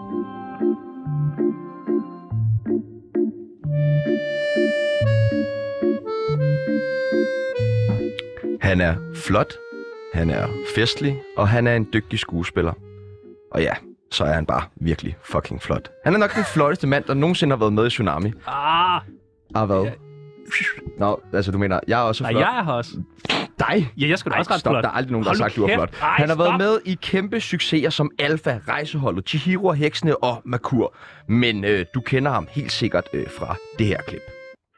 Han er flot, han er festlig, og han er en dygtig skuespiller. Og ja, så er han bare virkelig fucking flot. Han er nok den flotteste mand, der nogensinde har været med i Tsunami. Hvad? Ja. Nå, altså du mener, jeg er også flot. Nej, jeg er her også. Dig? Ja, jeg skal da også ret stop, flot. Der er aldrig nogen, der har sagt, du er flot. Han har været med i kæmpe succeser som Alfa, Rejseholdet, Chihiro og Heksene og Merkur. Men du kender ham helt sikkert fra det her klip.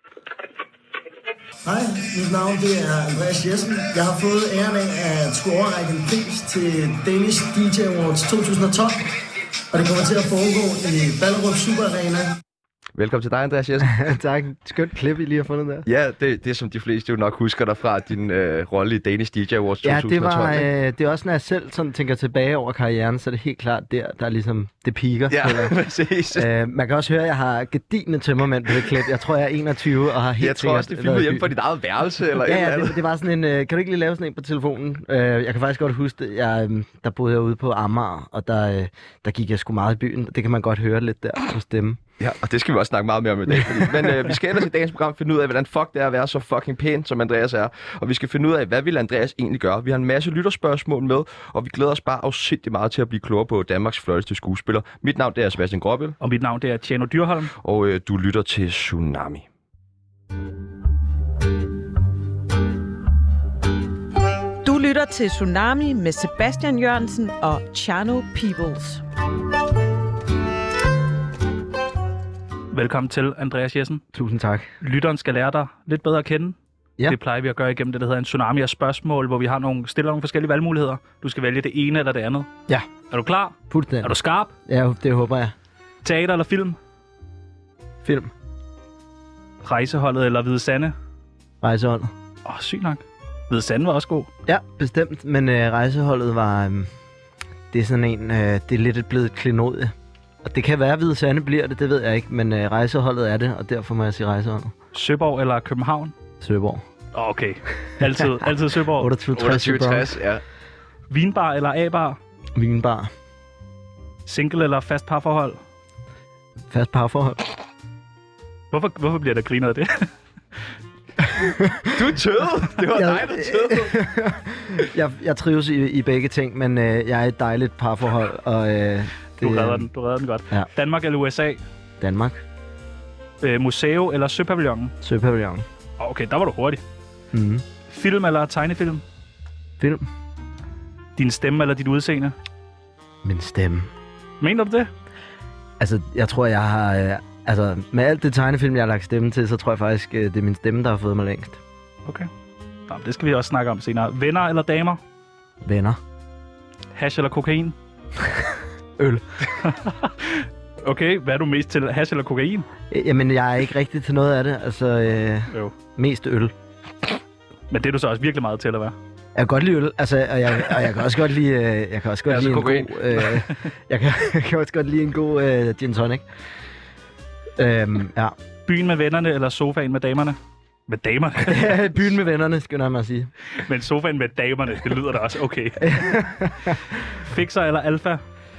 Hej, mit navn det er Andreas Jessen. Jeg har fået æren af at skulle overrække en pris til Danish DJ Awards 2012. Og det kommer til at foregå i Ballerup Super Arena. Velkommen til dig, Andreas Jessen. Tak. Skønt klip, I lige har fundet der. Ja, det er som de fleste jo nok husker dig fra din rolle i Danish DJ Awards 2012. Ja, det er også, når jeg selv sådan tænker tilbage over karrieren, så er det helt klart der er ligesom, det piker. Ja, præcis. Man kan også høre, at jeg har gedigne tømmermænd på det klip. Jeg tror, jeg er 21 og har helt jeg tror også, det filmede hjemme på dit eget værelse. Eller det var sådan en, kan du ikke lige lave sådan en på telefonen? Jeg kan faktisk godt huske det. Der boede jeg ude på Amager, og der gik jeg sgu meget i byen. Det kan man godt høre lidt der på stemmen. Ja, og det skal vi også snakke meget mere om i dag. Men vi skal ellers i dagens program finde ud af, hvordan fuck det er at være så fucking pæn, som Andreas er. Og vi skal finde ud af, hvad vil Andreas egentlig gøre. Vi har en masse lytterspørgsmål med, og vi glæder os bare afsindigt meget til at blive klogere på Danmarks flotteste skuespiller. Mit navn det er Sebastian Gråbøl. Og mit navn det er Tjano Dyrholm. Og du lytter til Tsunami. Du lytter til Tsunami med Sebastian Jørgensen og Tjano Peoples. Velkommen til, Andreas Jessen. Tusind tak. Lytteren skal lære dig lidt bedre at kende. Ja. Det plejer vi at gøre igennem det, der hedder en tsunami af spørgsmål, hvor vi stiller nogle forskellige valgmuligheder. Du skal vælge det ene eller det andet. Ja. Er du klar? Fuldstændig. Er du skarp? Ja, det håber jeg. Teater eller film? Film. Rejseholdet eller Hvide Sande? Rejseholdet. Sygt nok. Hvide Sande var også god. Ja, bestemt. Men rejseholdet var... det er sådan en... det er lidt blevet et klenodie. Og det kan være, at Hvide Sande bliver det, det ved jeg ikke. Men rejseholdet er det, og derfor må jeg sige rejseholdet. Søborg eller København? Søborg. Okay. Altid Søborg. 28-60, ja. Vinbar eller A-bar? Vinbar. Single eller fast parforhold? Fast parforhold. Hvorfor bliver der grinet af det? Du tøvede! Det var dig, der tøvede! jeg trives i begge ting, men jeg er et dejligt parforhold, og... Du redder den godt. Ja. Danmark eller USA? Danmark. Museum eller Søpavillonen? Søpavillonen. Okay, der var du hurtig. Mm-hmm. Film eller tegnefilm? Film. Din stemme eller dit udseende? Min stemme. Mener du det? Altså, jeg tror, jeg har... med alt det tegnefilm, jeg har lagt stemme til, så tror jeg faktisk, det er min stemme, der har fået mig længst. Okay. Nå, det skal vi også snakke om senere. Venner eller damer? Venner. Hash eller kokain? Øl. Okay, hvad er du mest til? Hash eller kokain? Jamen, jeg er ikke rigtig til noget af det. Altså, mest øl. Men det er du så også virkelig meget til, eller hvad? Jeg kan godt lide øl, altså, og jeg kan også godt lide, jeg kan også godt lide en god, jeg kan også godt lide en god gin tonic. Ja. Byen med vennerne eller sofaen med damerne? Med damerne? Ja, byen med vennerne, skal jeg nok sige. Men sofaen med damerne, det lyder da også okay. Fixer eller alfa?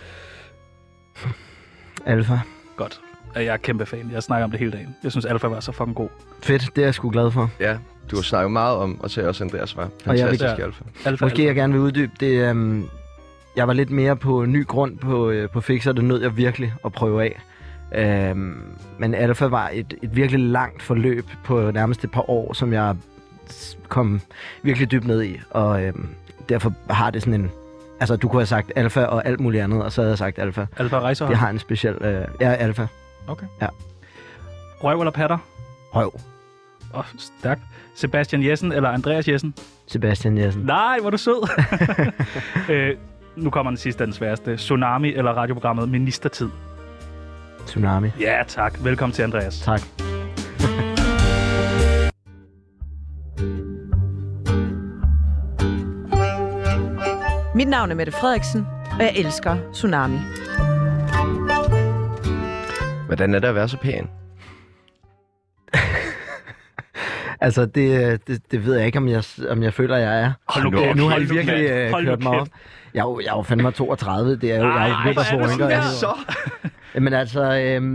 Alfa. Godt. Jeg er kæmpe fan. Jeg snakker om det hele dagen. Jeg synes, alfa var så fucking god. Fedt, det er jeg sgu glad for. Ja, du har snakket meget om, og så også Andreas var fantastisk alfa. Måske jeg gerne vil uddybe det. Jeg var lidt mere på ny grund på Fixer, det nød jeg virkelig at prøve af. Men alfa var et virkelig langt forløb på nærmest et par år, som jeg kom virkelig dybt ned i. Og derfor har det sådan en... Altså, du kunne have sagt alfa og alt muligt andet, og så havde jeg sagt alfa. Alfa rejsehold? Det har en speciel... alfa. Okay. Ja. Røv eller patter? Røv. Stærkt. Sebastian Jessen eller Andreas Jessen? Sebastian Jessen. Nej, hvor er du sød. Nu kommer den sidste, den sværeste. Tsunami eller radioprogrammet Ministertid? Tsunami. Ja, tak. Velkommen til, Andreas. Tak. Mit navn er Mette Frederiksen, og jeg elsker Tsunami. Hvordan er det at være så pæn? Altså, det ved jeg ikke, om jeg føler, jeg er. Nu har I virkelig kørt mig op. Jeg er jo fandme 32, det er jo, jeg er jo men altså,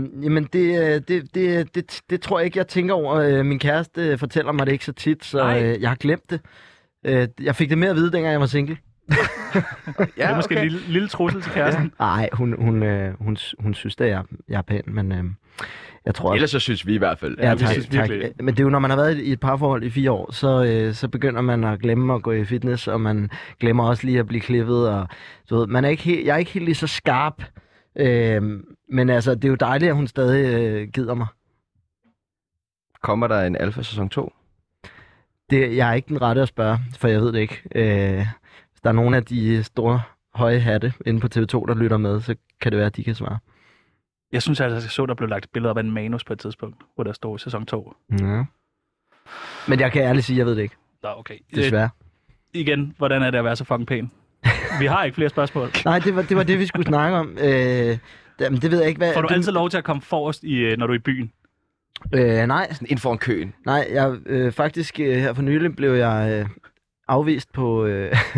det tror jeg ikke, jeg tænker over. Min kæreste fortæller mig det ikke så tit, så jeg har glemt det. Jeg fik det mere at vide, dengang jeg var single. Det er måske en lille trussel til kæresten. Nej, hun synes, at jeg er pæn, men jeg tror... Ellers så synes vi i hvert fald. Ja, tak. Men det er jo, når man har været i et parforhold i 4 år, så begynder man at glemme at gå i fitness, og man glemmer også lige at blive klippet, og så ved, jeg er ikke helt lige så skarp, men altså, det er jo dejligt, at hun stadig gider mig. Kommer der en Alpha sæson 2? Jeg er ikke den rette at spørge, for jeg ved det ikke. Hvis der er nogle af de store høje hatte inde på TV2, der lytter med, så kan det være, at de kan svare. Jeg synes altså, jeg så, der blev lagt et billede op af en manus på et tidspunkt, hvor der stod sæson 2. Ja. Men jeg kan ærligt sige, jeg ved det ikke. Nå, okay. Desværre. Igen, hvordan er det at være så fucking pæn? Vi har ikke flere spørgsmål. Nej, det var det, vi skulle snakke om. Det ved jeg ikke, hvad... Får du altid lov til at komme forrest, når du er i byen? Nej. Sådan ind foran køen? Nej, faktisk her for nylig blev jeg afvist på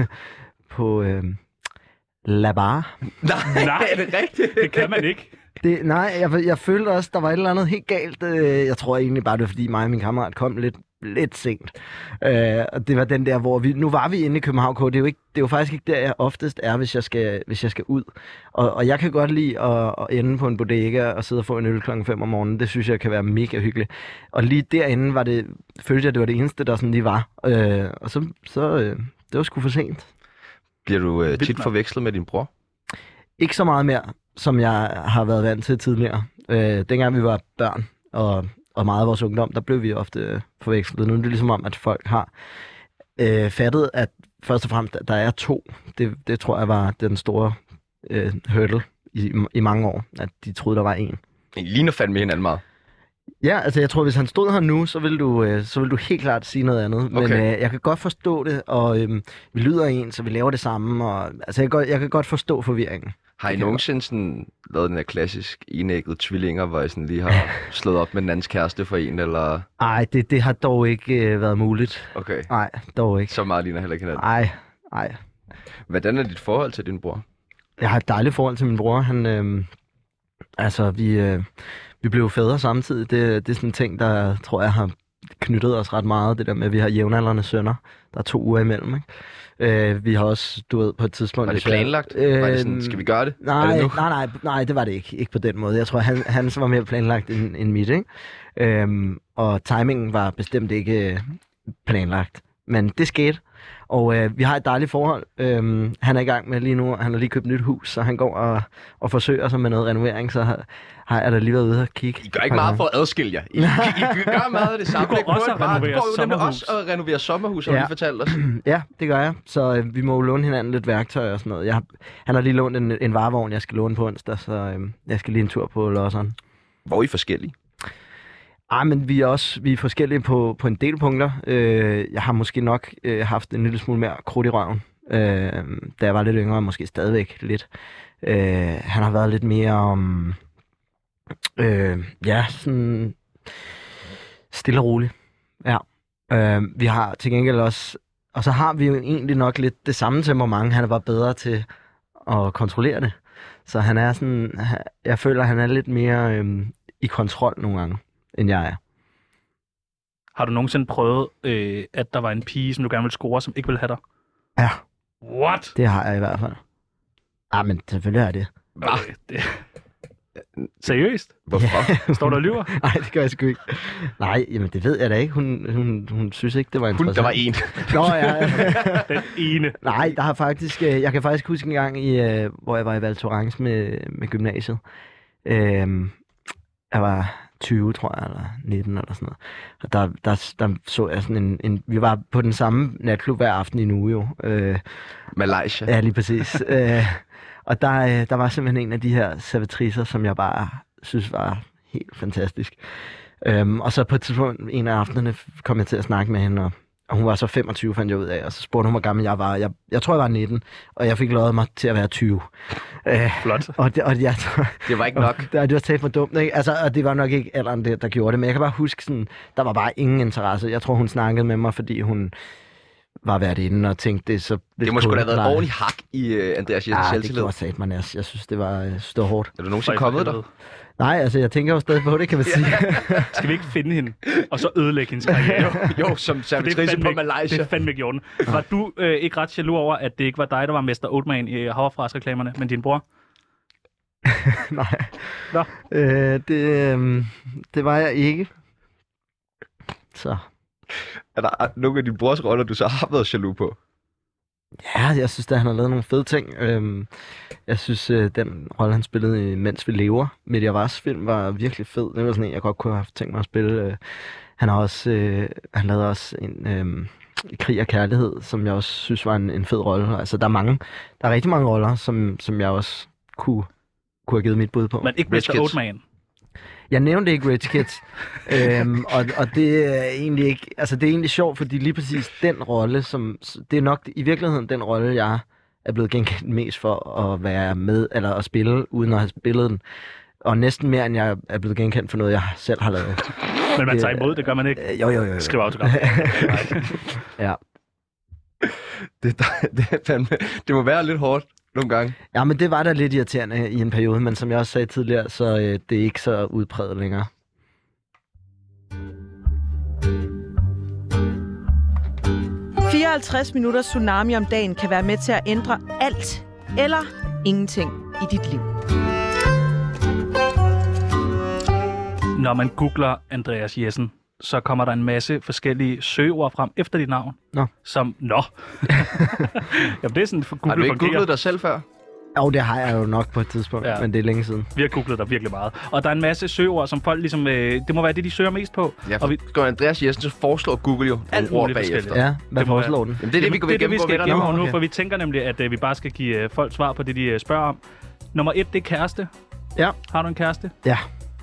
La Bar. Nej, er det rigtigt? Det kan man ikke. Jeg følte også, der var et eller andet helt galt. Jeg tror egentlig bare, det var fordi mig og min kammerat kom lidt sent. Og det var den der, hvor nu var vi inde i København K. Det er jo faktisk ikke der, jeg oftest er, hvis jeg skal ud. Og jeg kan godt lide at ende på en bodega og sidde og få en øl klokken 5 om morgenen. Det synes jeg kan være mega hyggeligt. Og lige derinde følte jeg, det var det eneste, der sådan lige var. Og så det var sgu for sent. Bliver du tit forvekslet med din bror? Ikke så meget mere, som jeg har været vant til tidligere. Dengang vi var børn, og meget af vores ungdom, der blev vi ofte forvekslet. Nu er det ligesom om, at folk har fattet, at først og fremmest, der er 2. Det tror jeg var den store hurdle i mange år, at de troede, der var 1. I ligner fandme hinanden meget. Ja, altså jeg tror, hvis han stod her nu, så vil du helt klart sige noget andet. Men jeg kan godt forstå det, og vi lyder en, så vi laver det samme. Og, altså jeg kan godt forstå forvirringen. Har I nogensinde sådan lavet den her klassisk enæggede tvillinger, hvor I sådan lige har slået op med den andens kæreste for en, eller? Nej, det har dog ikke været muligt. Okay. Nej, dog ikke. Så meget ligner heller ikke hinanden? Nej. Hvordan er dit forhold til din bror? Jeg har et dejligt forhold til min bror. Han, vi blev fædre samtidig. Det er sådan en ting, der tror jeg har knyttet os ret meget. Det der med, at vi har jævnaldrende sønner. Der er 2 uger imellem, ikke? Vi har også, på et tidspunkt... Var det planlagt? Var det sådan, skal vi gøre det? Nej, det var det ikke. Ikke på den måde. Jeg tror, hans var mere planlagt end mit, ikke? Og timingen var bestemt ikke planlagt. Men det skete. Og vi har et dejligt forhold. Han er i gang med lige nu, han har lige købt et nyt hus, så han går og forsøger sig med noget renovering, så har jeg da lige været ude og kigge. I gør ikke meget for at adskille jer. I gør meget af det samme. Du går også og renovere sommerhus, som I fortalte os. Ja, det gør jeg. Så vi må jo låne hinanden lidt værktøj og sådan noget. Han har lige lånt en varevogn, jeg skal låne på onsdag, så jeg skal lige en tur på Losseren. Hvor er I forskellige? Men vi er forskellige på en del punkter. Jeg har måske nok haft en lille smule mere krudt i røven, da jeg var lidt yngre, måske stadigvæk lidt. Han har været lidt mere sådan stille og roligt. Ja. Vi har til gengæld også, og så har vi jo egentlig nok lidt det samme temperament. Han er bare bedre til at kontrollere det. Så han er sådan, jeg føler, han er lidt mere i kontrol nogle gange, end jeg er. Har du nogensinde prøvet, at der var en pige, som du gerne ville score, som ikke ville have dig? Ja. What? Det har jeg i hvert fald. Men selvfølgelig er det. Okay, det... Seriøst? Hvorfor? Står der og lyver? Nej, det gør jeg sgu ikke. Nej, jamen det ved jeg da ikke. Hun synes ikke, det var interessant. Der var en. Nå ja. Den ene. Nej, der har faktisk... Jeg kan faktisk huske en gang, hvor jeg var i Val Thorens med gymnasiet. Jeg var 20, tror jeg, eller 19 eller sådan noget. Og der så jeg sådan en... Vi var på den samme natklub hver aften i en uge, jo. Malaysia. Ja, lige præcis. Og der var simpelthen en af de her servitricer, som jeg bare synes var helt fantastisk. Og så på et tidspunkt, en af aftenerne, kom jeg til at snakke med hende, Og hun var så 25, fandt jeg ud af, og så spurgte hun, hvor gammel jeg var. Jeg tror, jeg var 19, og jeg fik lovet mig til at være 20. Flot. Og jeg Det var ikke nok. det var talt for dumt, ikke? Altså, og det var nok ikke alderen, der gjorde det, men jeg kan bare huske sådan, der var bare ingen interesse. Jeg tror, hun snakkede med mig, fordi hun var værtinde og tænkte, det så... Det må sgu da have været et ordentligt hak i Andreas Jessens det selvtillid. gjorde satme næst. Jeg synes, det var hårdt. Er du nogensinde kommet der? Nej, altså, jeg tænker jo stadig på det, kan man sige. Skal vi ikke finde hende, og så ødelægge hendes karriere? Jo, som servitrice på Malaysia. Det er fandme ikke Jorden. Var du ikke ret jaloux over, at det ikke var dig, der var Mester Oatman i Havrefras-reklamerne, men din bror? Nej. Nå. Det var jeg ikke. Så... Er der nogle af dine brors roller, du så har været jaloux på? Ja, jeg synes, at han har lavet nogle fede ting. Jeg synes, den rolle, han spillede i Mens vi lever, Media Vars film, var virkelig fed. Det var sådan en, jeg godt kunne have tænkt mig at spille. Han har også, han lavede også en Krig og Kærlighed, som jeg også synes var en fed rolle. Altså, der er rigtig mange roller, som jeg også kunne have givet mit bud på. Men ikke Mr. Oatman. Jeg nævnte ikke Rich Kids, og det er egentlig ikke, altså det er egentlig sjovt, fordi lige præcis den rolle, det er nok i virkeligheden den rolle, jeg er blevet genkendt mest for at være med, eller at spille, uden at have spillet den. Og næsten mere, end jeg er blevet genkendt for noget, jeg selv har lavet. Men man tager imod, det gør man ikke? Jo. Skriv autograf. Ja. Det må være lidt hårdt nogle gange. Ja, men det var da lidt irriterende i en periode, men som jeg også sagde tidligere, så det er ikke så udpræget længere. – 54 minutter tsunami om dagen kan være med til at ændre alt eller ingenting i dit liv. Når man googler Andreas Jessen, så kommer der en masse forskellige søgeord frem efter dit navn. Nå. Som, Jamen, det er sådan, for Google har du ikke fungerer. googlet dig selv før? Jo, det har jeg jo nok på et tidspunkt, men det er længe siden. Vi har googlet dig virkelig meget. Og der er en masse søgeord, som folk ligesom... det må være det, de søger mest på. Ja, og vi går Andreas Jessen, så foreslår Google jo alt ord muligt bagefter. forskelligt. Ja, hvad foreslår den? Jamen, det er det, vi går igennem på gennemgå nu, Okay. for vi tænker nemlig, at vi bare skal give folk svar på det, de spørger om. Nummer 1, det er kæreste. Ja. Har du en kæreste? Ja.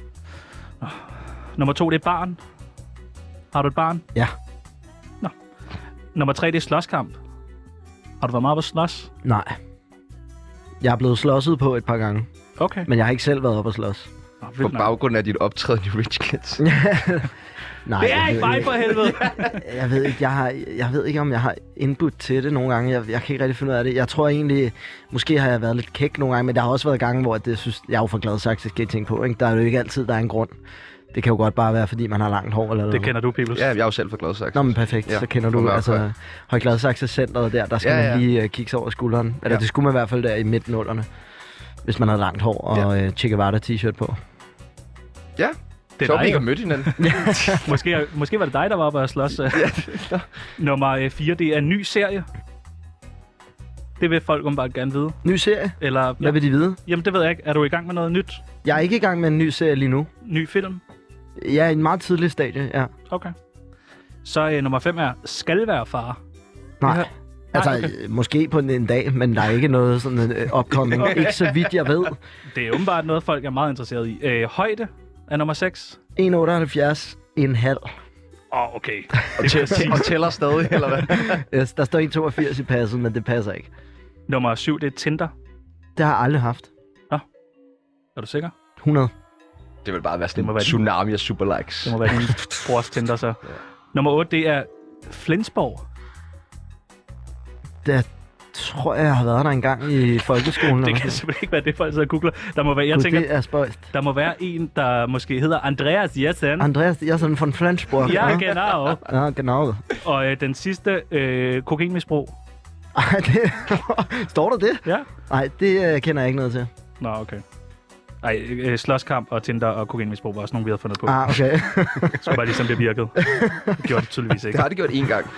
Nummer 2, det er barn. Har du et barn? Ja. Nå. Nummer 3, det er slåskamp. Har du været meget på slås? Nej. Jeg er blevet slåsset på et par gange, Okay. men jeg har ikke selv været op at slås. På baggrund af dit optræden i Rich Kids. Nej, Det er ikke mig for helvede! jeg ved ikke, om jeg har indbudt til det nogle gange. Jeg kan ikke rigtig finde ud af det. Jeg tror egentlig, måske har jeg været lidt kæk nogle gange, men der har også været gange, hvor jeg synes, jeg er jo for glad sagt, det skal jeg tænke på. Ikke? Der er jo ikke altid, der er en grund. Det kan jo godt bare være, fordi man har langt hår eller noget. Det kender du, Pibels. Ja, jeg er jo selv for Gladsaxe. Nå, men perfekt. Ja, så kender for du mørk altså høj. Højgladsaxe-centret der skal man lige kigge sig over skulderen. Eller det skulle man i hvert fald der i midten-nullerne, hvis man havde langt hår og Che Guevara t-shirt på. Ja, Det så er vi dig, ikke jo. har mødt hinanden. Måske var det dig, der var oppe og slås. Nummer 4, det er en ny serie. Det vil folk bare gerne vide. Ny serie? Eller, Hvad vil de vide? Jamen, det ved jeg ikke. Er du i gang med noget nyt? Jeg er ikke i gang med en ny serie lige nu. Ny film? Jeg er i en meget tidlig stadie, ja. Okay. Så nummer 5 er skal være far. Nej. Ja. Altså, okay. måske på en dag, men der er ikke noget sådan opkoming. Okay. Ikke så vidt, jeg ved. Det er åbenbart noget, folk er meget interesseret i. Højde er nummer 6. 1,78, en halv. Okay. Og tæller stadig, eller hvad? Yes, der står 1,82 i passet, men det passer ikke. Nummer 7, det er Tinder. Det har jeg aldrig haft. Er du sikker? 100. Det vil bare være sådan Det må en være tsunami af super likes. Det må være din brors Tinder, så. Nummer 8, det er Flensborg. Det tror jeg har været der engang i folkeskolen. Det eller kan sådan. simpelthen ikke være det, folk sidder og googler. Der må være, jeg Gud, tænker, det er spøjst. der må være en, der måske hedder Andreas Jessen. Andreas, jeg er sådan von Flensborg. Ja, genau. Ja, genau. Og den sidste, kokainmisbrug. Ej, det... Står der det? Ja. Nej, det kender jeg ikke noget til. Nå, okay. Ej, slåskamp og Tinder og kokainmisbrug var også nogle, vi havde fundet på. Ah, okay. Det skulle bare ligesom det virkede. Det gjorde det tydeligvis ikke. Det har det gjort én gang.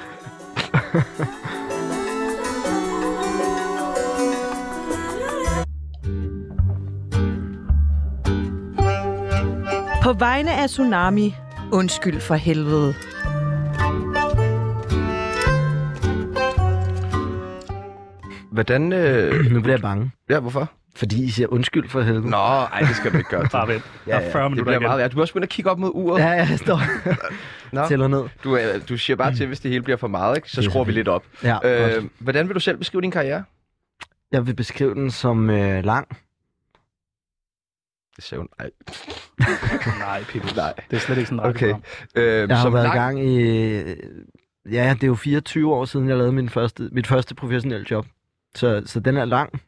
På vegne af Tsunami, undskyld for helvede. Hvordan... Nu bliver jeg bange. Ja, hvorfor? Fordi I siger undskyld for helvede. Nå, ej, det skal du ikke gøre. Bare vent. Der er 40 det minutter bliver igen. meget værd. Du kan også begynde at kigge op mod uret. Ja, jeg står tæller ned. Du siger bare til, hvis det hele bliver for meget, ikke? Så skruer vi lidt op. Ja, Hvordan vil du selv beskrive din karriere? jeg vil beskrive den som lang. Det ser jo... Ej. Nej, Pippi. Nej. Det er slet ikke sådan et Okay. radioprogram. Jeg har været i gang i... Ja, det er jo 24 år siden, jeg lavede mit første professionelle job. Så den er lang.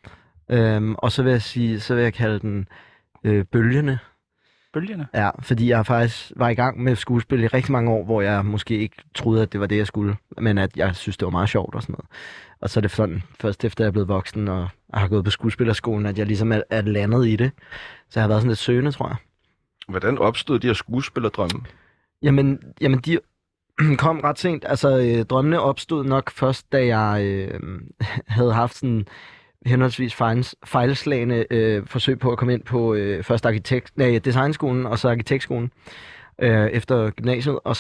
Og så vil jeg sige, så vil jeg kalde den bølgende. Bølgerne. Ja, fordi jeg faktisk var i gang med skuespil i rigtig mange år, hvor jeg måske ikke troede, at det var det, jeg skulle. Men at jeg synes, det var meget sjovt og sådan noget. Og så er det sådan, først efter jeg er blevet voksen og har gået på skuespillerskolen, at jeg ligesom er landet i det. Så jeg har været sådan lidt søgende, tror jeg. Hvordan opstod de her skuespillerdrømme? Jamen de kom ret sent. Altså, drømmene opstod nok først, da jeg havde haft sådan henholdsvis fejlslagende forsøg på at komme ind på først designskolen og så arkitektskolen efter gymnasiet. Og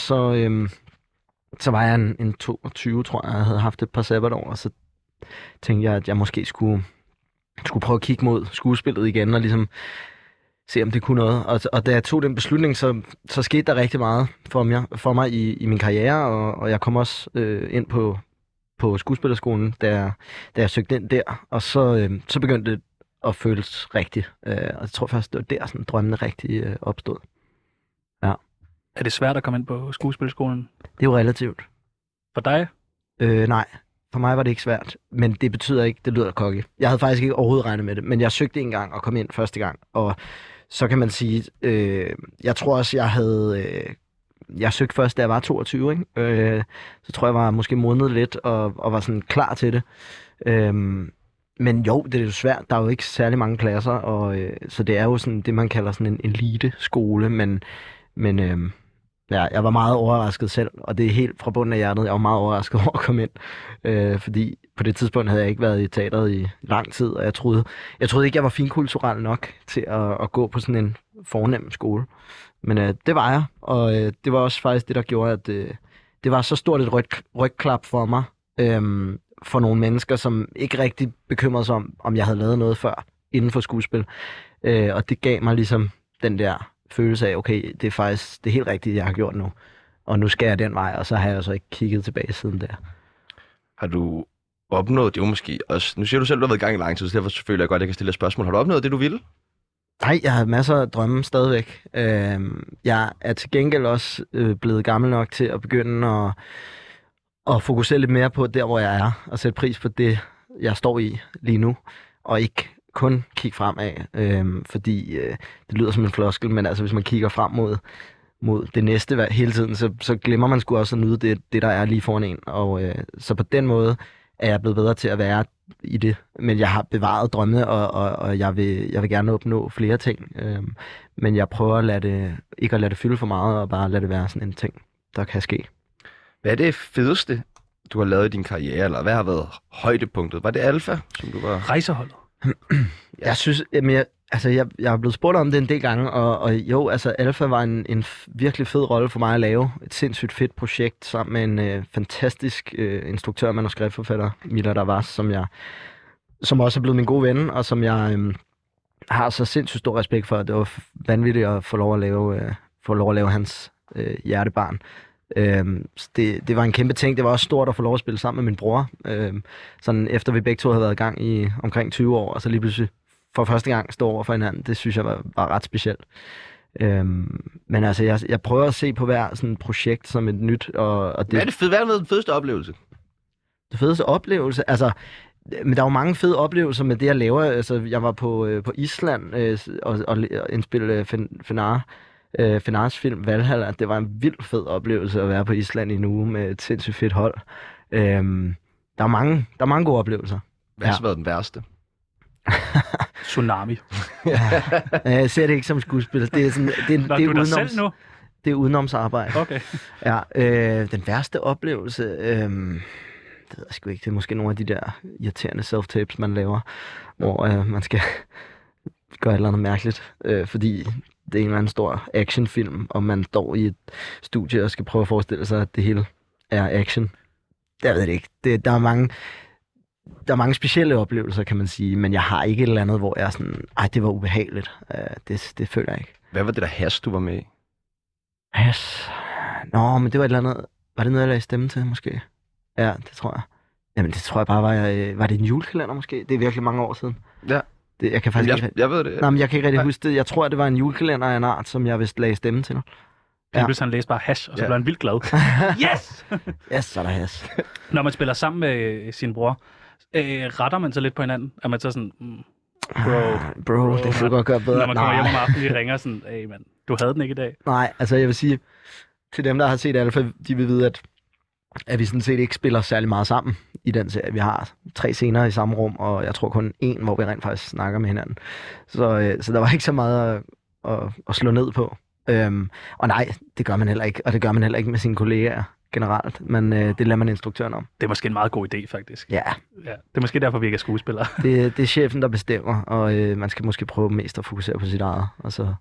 så var jeg en 22, tror jeg havde haft et par sabbatår, og så tænkte jeg, at jeg måske skulle prøve at kigge mod skuespillet igen og ligesom se, om det kunne noget. Og da jeg tog den beslutning, så skete der rigtig meget for mig i min karriere, og jeg kom også ind på skuespillerskolen, da jeg søgte ind der, og så begyndte det at føles rigtigt. Og jeg tror først, det var der, sådan drømmene rigtig opstod. Ja. Er det svært at komme ind på skuespillerskolen? Det er jo relativt. For dig? Nej, for mig var det ikke svært, men det betyder ikke, det lyder kokke. Jeg havde faktisk ikke overhovedet regnet med det, men jeg søgte en gang og kom ind første gang, og så kan man sige, jeg tror også, jeg søgte først, da jeg var 22, ikke? Så tror jeg var måske modnet lidt og var sådan klar til det. Men jo, det er jo svært. Der er jo ikke særlig mange klasser, og så det er jo sådan det, man kalder sådan en elite-skole, men ja, jeg var meget overrasket selv, og det er helt fra bunden af hjertet. Jeg var meget overrasket over at komme ind, fordi på det tidspunkt havde jeg ikke været i teateret i lang tid, og jeg troede ikke, jeg var finkulturel nok til at gå på sådan en fornem skole. Men det var jeg, og det var også faktisk det, der gjorde, at det var så stort et rygklap for mig, for nogle mennesker, som ikke rigtig bekymrede sig om jeg havde lavet noget før inden for skuespil. Og det gav mig ligesom den der følelse af, okay, det er faktisk det helt rigtige, jeg har gjort nu. Og nu skal jeg den vej, og så har jeg så ikke kigget tilbage siden der. Har du opnået det jo måske også? Nu siger du selv, du har været i gang i lang tid, så derfor selvfølgelig er godt, at jeg kan stille et spørgsmål. Har du opnået det, du ville? Nej, jeg har masser af drømme stadigvæk. Jeg er til gengæld også blevet gammel nok til at begynde at fokusere lidt mere på der, hvor jeg er, og sætte pris på det, jeg står i lige nu, og ikke kun kigge fremad, fordi det lyder som en floskel, men altså hvis man kigger frem mod det næste hele tiden, så glemmer man sgu også at nyde det der er lige foran en, og så på den måde er jeg blevet bedre til at være i det, men jeg har bevaret drømmene, og jeg vil gerne opnå flere ting, men jeg prøver ikke at lade det fylde for meget, og bare lade det være sådan en ting, der kan ske. Hvad er det fedeste, du har lavet i din karriere, eller hvad har været højdepunktet? Var det Alfa, som du var? Rejseholdet. Jeg synes, jeg er blevet spurgt om det en del gange, og jo, altså Alfa var en virkelig fed rolle for mig at lave. Et sindssygt fedt projekt sammen med en fantastisk instruktør og manuskriptforfatter, Mila Davas, som også er blevet min gode ven, og som jeg har så sindssygt stor respekt for. Det var vanvittigt at få lov at lave hans hjertebarn. Det var en kæmpe ting. Det var også stort at få lov at spille sammen med min bror. Sådan efter vi begge to havde været i gang i omkring 20 år, og så lige pludselig for første gang stå over for hinanden, det synes jeg var ret specielt. Men altså, jeg prøver at se på hver sådan projekt som et nyt. Og det, hvad er den fedeste oplevelse? Det fedeste oplevelse? Altså, men der er jo mange fede oplevelser med det, jeg laver. Altså, jeg var på Island og indspille Fenars film Valhalla. Det var en vild fed oplevelse at være på Island i en uge med et sindssygt fedt hold. Der er mange gode oplevelser. Hvad har så været den værste? Tsunami. Jeg ser det ikke som skuespil. Det er sådan, det er du dig selv nu? Det er udenomsarbejde. Okay. Ja, den værste oplevelse, det ved jeg sgu ikke. Det er måske nogle af de der irriterende self-tapes, man laver, hvor man skal gøre et eller andet mærkeligt, fordi det er en eller anden stor actionfilm, og man står i et studie og skal prøve at forestille sig, at det hele er action. Jeg ved det ikke. Der er mange... der er mange specielle oplevelser, kan man sige, men jeg har ikke et eller andet, hvor jeg er sådan, det var ubehageligt. Det føler jeg ikke. Hvad var det der has, du var med i? Has? Nå, men det var et eller andet... Var det noget, jeg lagde stemme til, måske? Ja, det tror jeg. Jamen, det tror jeg bare var det en julekalender, måske? Det er virkelig mange år siden. Ja. Det, jeg kan faktisk jeg ved det. Nej, men jeg kan ikke rigtig huske det. Jeg tror, det var en julekalender af en art, som jeg vist lagde stemme til. Ja. Hvis han læste bare hash, og så blev han vildt glad. Yes! Yes, så er der hash. Når man spiller sammen med sin bror, retter man så lidt på hinanden? Er man så sådan... Bro, det kan du godt gøre bedre. Når man kommer hjem om aftenen, vi ringer sådan, hey mand, du havde den ikke i dag. Nej, altså jeg vil sige, til dem, der har set Alpha, de vil vide, at vi sådan set ikke spiller særlig meget sammen i den serie. Vi har 3 scener i samme rum, og jeg tror kun 1, hvor vi rent faktisk snakker med hinanden. Så der var ikke så meget at slå ned på. Og nej, det gør man heller ikke, og det gør man heller ikke med sine kollegaer generelt, men det lader man instruktøren om. Det er måske en meget god idé, faktisk. Ja. Det er måske derfor, vi ikke er skuespillere. Det er chefen, der bestemmer, og man skal måske prøve mest at fokusere på sit eget. Og så...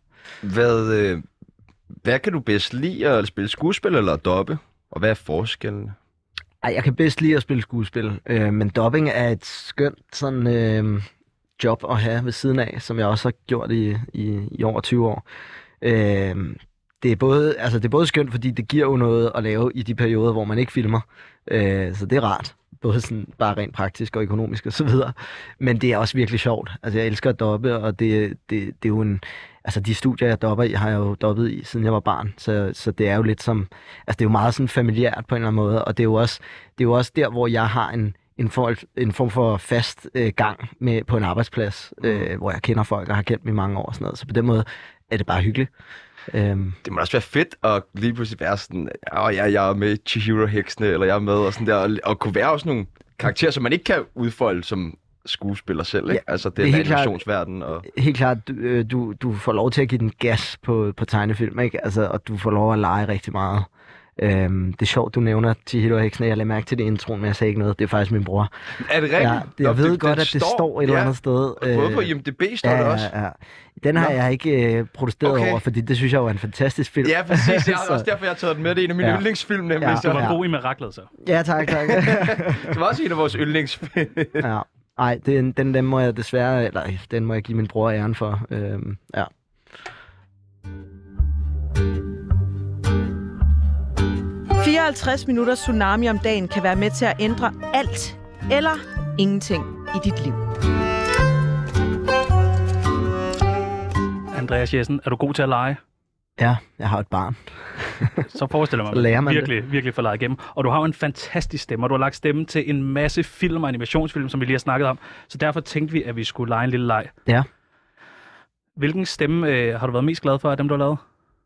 Hvad kan du bedst lide, at spille skuespil eller dobbe? Og hvad er forskellen? Jeg kan bedst lide at spille skuespil, men dubbing er et skønt sådan, job at have ved siden af, som jeg også har gjort i over 20 år. Det er både skønt, fordi det giver jo noget at lave i de perioder, hvor man ikke filmer. Så det er rart. Både sådan bare rent praktisk og økonomisk og så videre. Men det er også virkelig sjovt. Altså jeg elsker at dobbe, og det er jo en... Altså de studier, jeg dobber i, har jeg jo dobbet i, siden jeg var barn. Så det er jo lidt som... Altså det er jo meget sådan familiært på en eller anden måde, og det er jo også der, hvor jeg har en form for fast gang med på en arbejdsplads, hvor jeg kender folk, og har kendt dem i mange år og sådan noget. Så på den måde er det bare hyggeligt. Det må også være fedt at lige pludselig være sådan, jeg er med i Chihiro-heksene, eller jeg er med, og sådan der, og kunne være også nogle karakterer, som man ikke kan udfolde som skuespiller selv, ikke? Ja, altså det er animationsverden. Og... Helt klart, du får lov til at give den gas på tegnefilm, ikke? Altså, og du får lov at lege rigtig meget. Det er sjovt, du nævner Chihiro-heksene. Jeg lagde mærke til det i introen, men jeg sagde ikke noget. Det er faktisk min bror. Er det rigtigt? Ja, jeg ved godt, at det står et eller andet sted. Både på IMDb står det også. Ja. Den har jeg ikke protesteret over, fordi det synes jeg var en fantastisk film. Ja, præcis. Jeg har også derfor, jeg har taget den med. Det er en af mine yndlingsfilm, nemlig. Ja. Du var god i Miraklet, så. Ja, tak. Det var også en af vores yndlingsfilm. Ja. Nej, den må jeg desværre... Eller den må jeg give min bror æren for. Ja. 54 minutter tsunami om dagen kan være med til at ændre alt eller ingenting i dit liv. Andreas Jessen, er du god til at lege? Ja, jeg har et barn. Så forestiller man, lærer man virkelig får leget igennem. Og du har jo en fantastisk stemme, og du har lagt stemme til en masse film og animationsfilm, som vi lige har snakket om. Så derfor tænkte vi, at vi skulle lege en lille leg. Ja. Hvilken stemme har du været mest glad for af dem, du har lavet?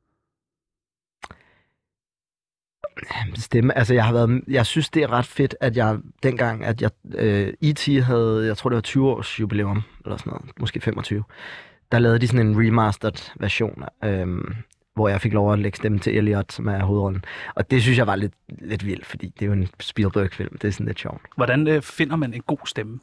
Stemme, altså jeg synes, det er ret fedt, at jeg dengang, at E.T. havde, jeg tror det var 20 års jubilæum, eller sådan noget, måske 25. Der lavede de sådan en remastered version, hvor jeg fik lov at lægge stemme til Elliot, som er hovedrollen. Og det synes jeg var lidt vildt, fordi det er jo en Spielberg-film. Det er sådan lidt sjovt. Hvordan finder man en god stemme?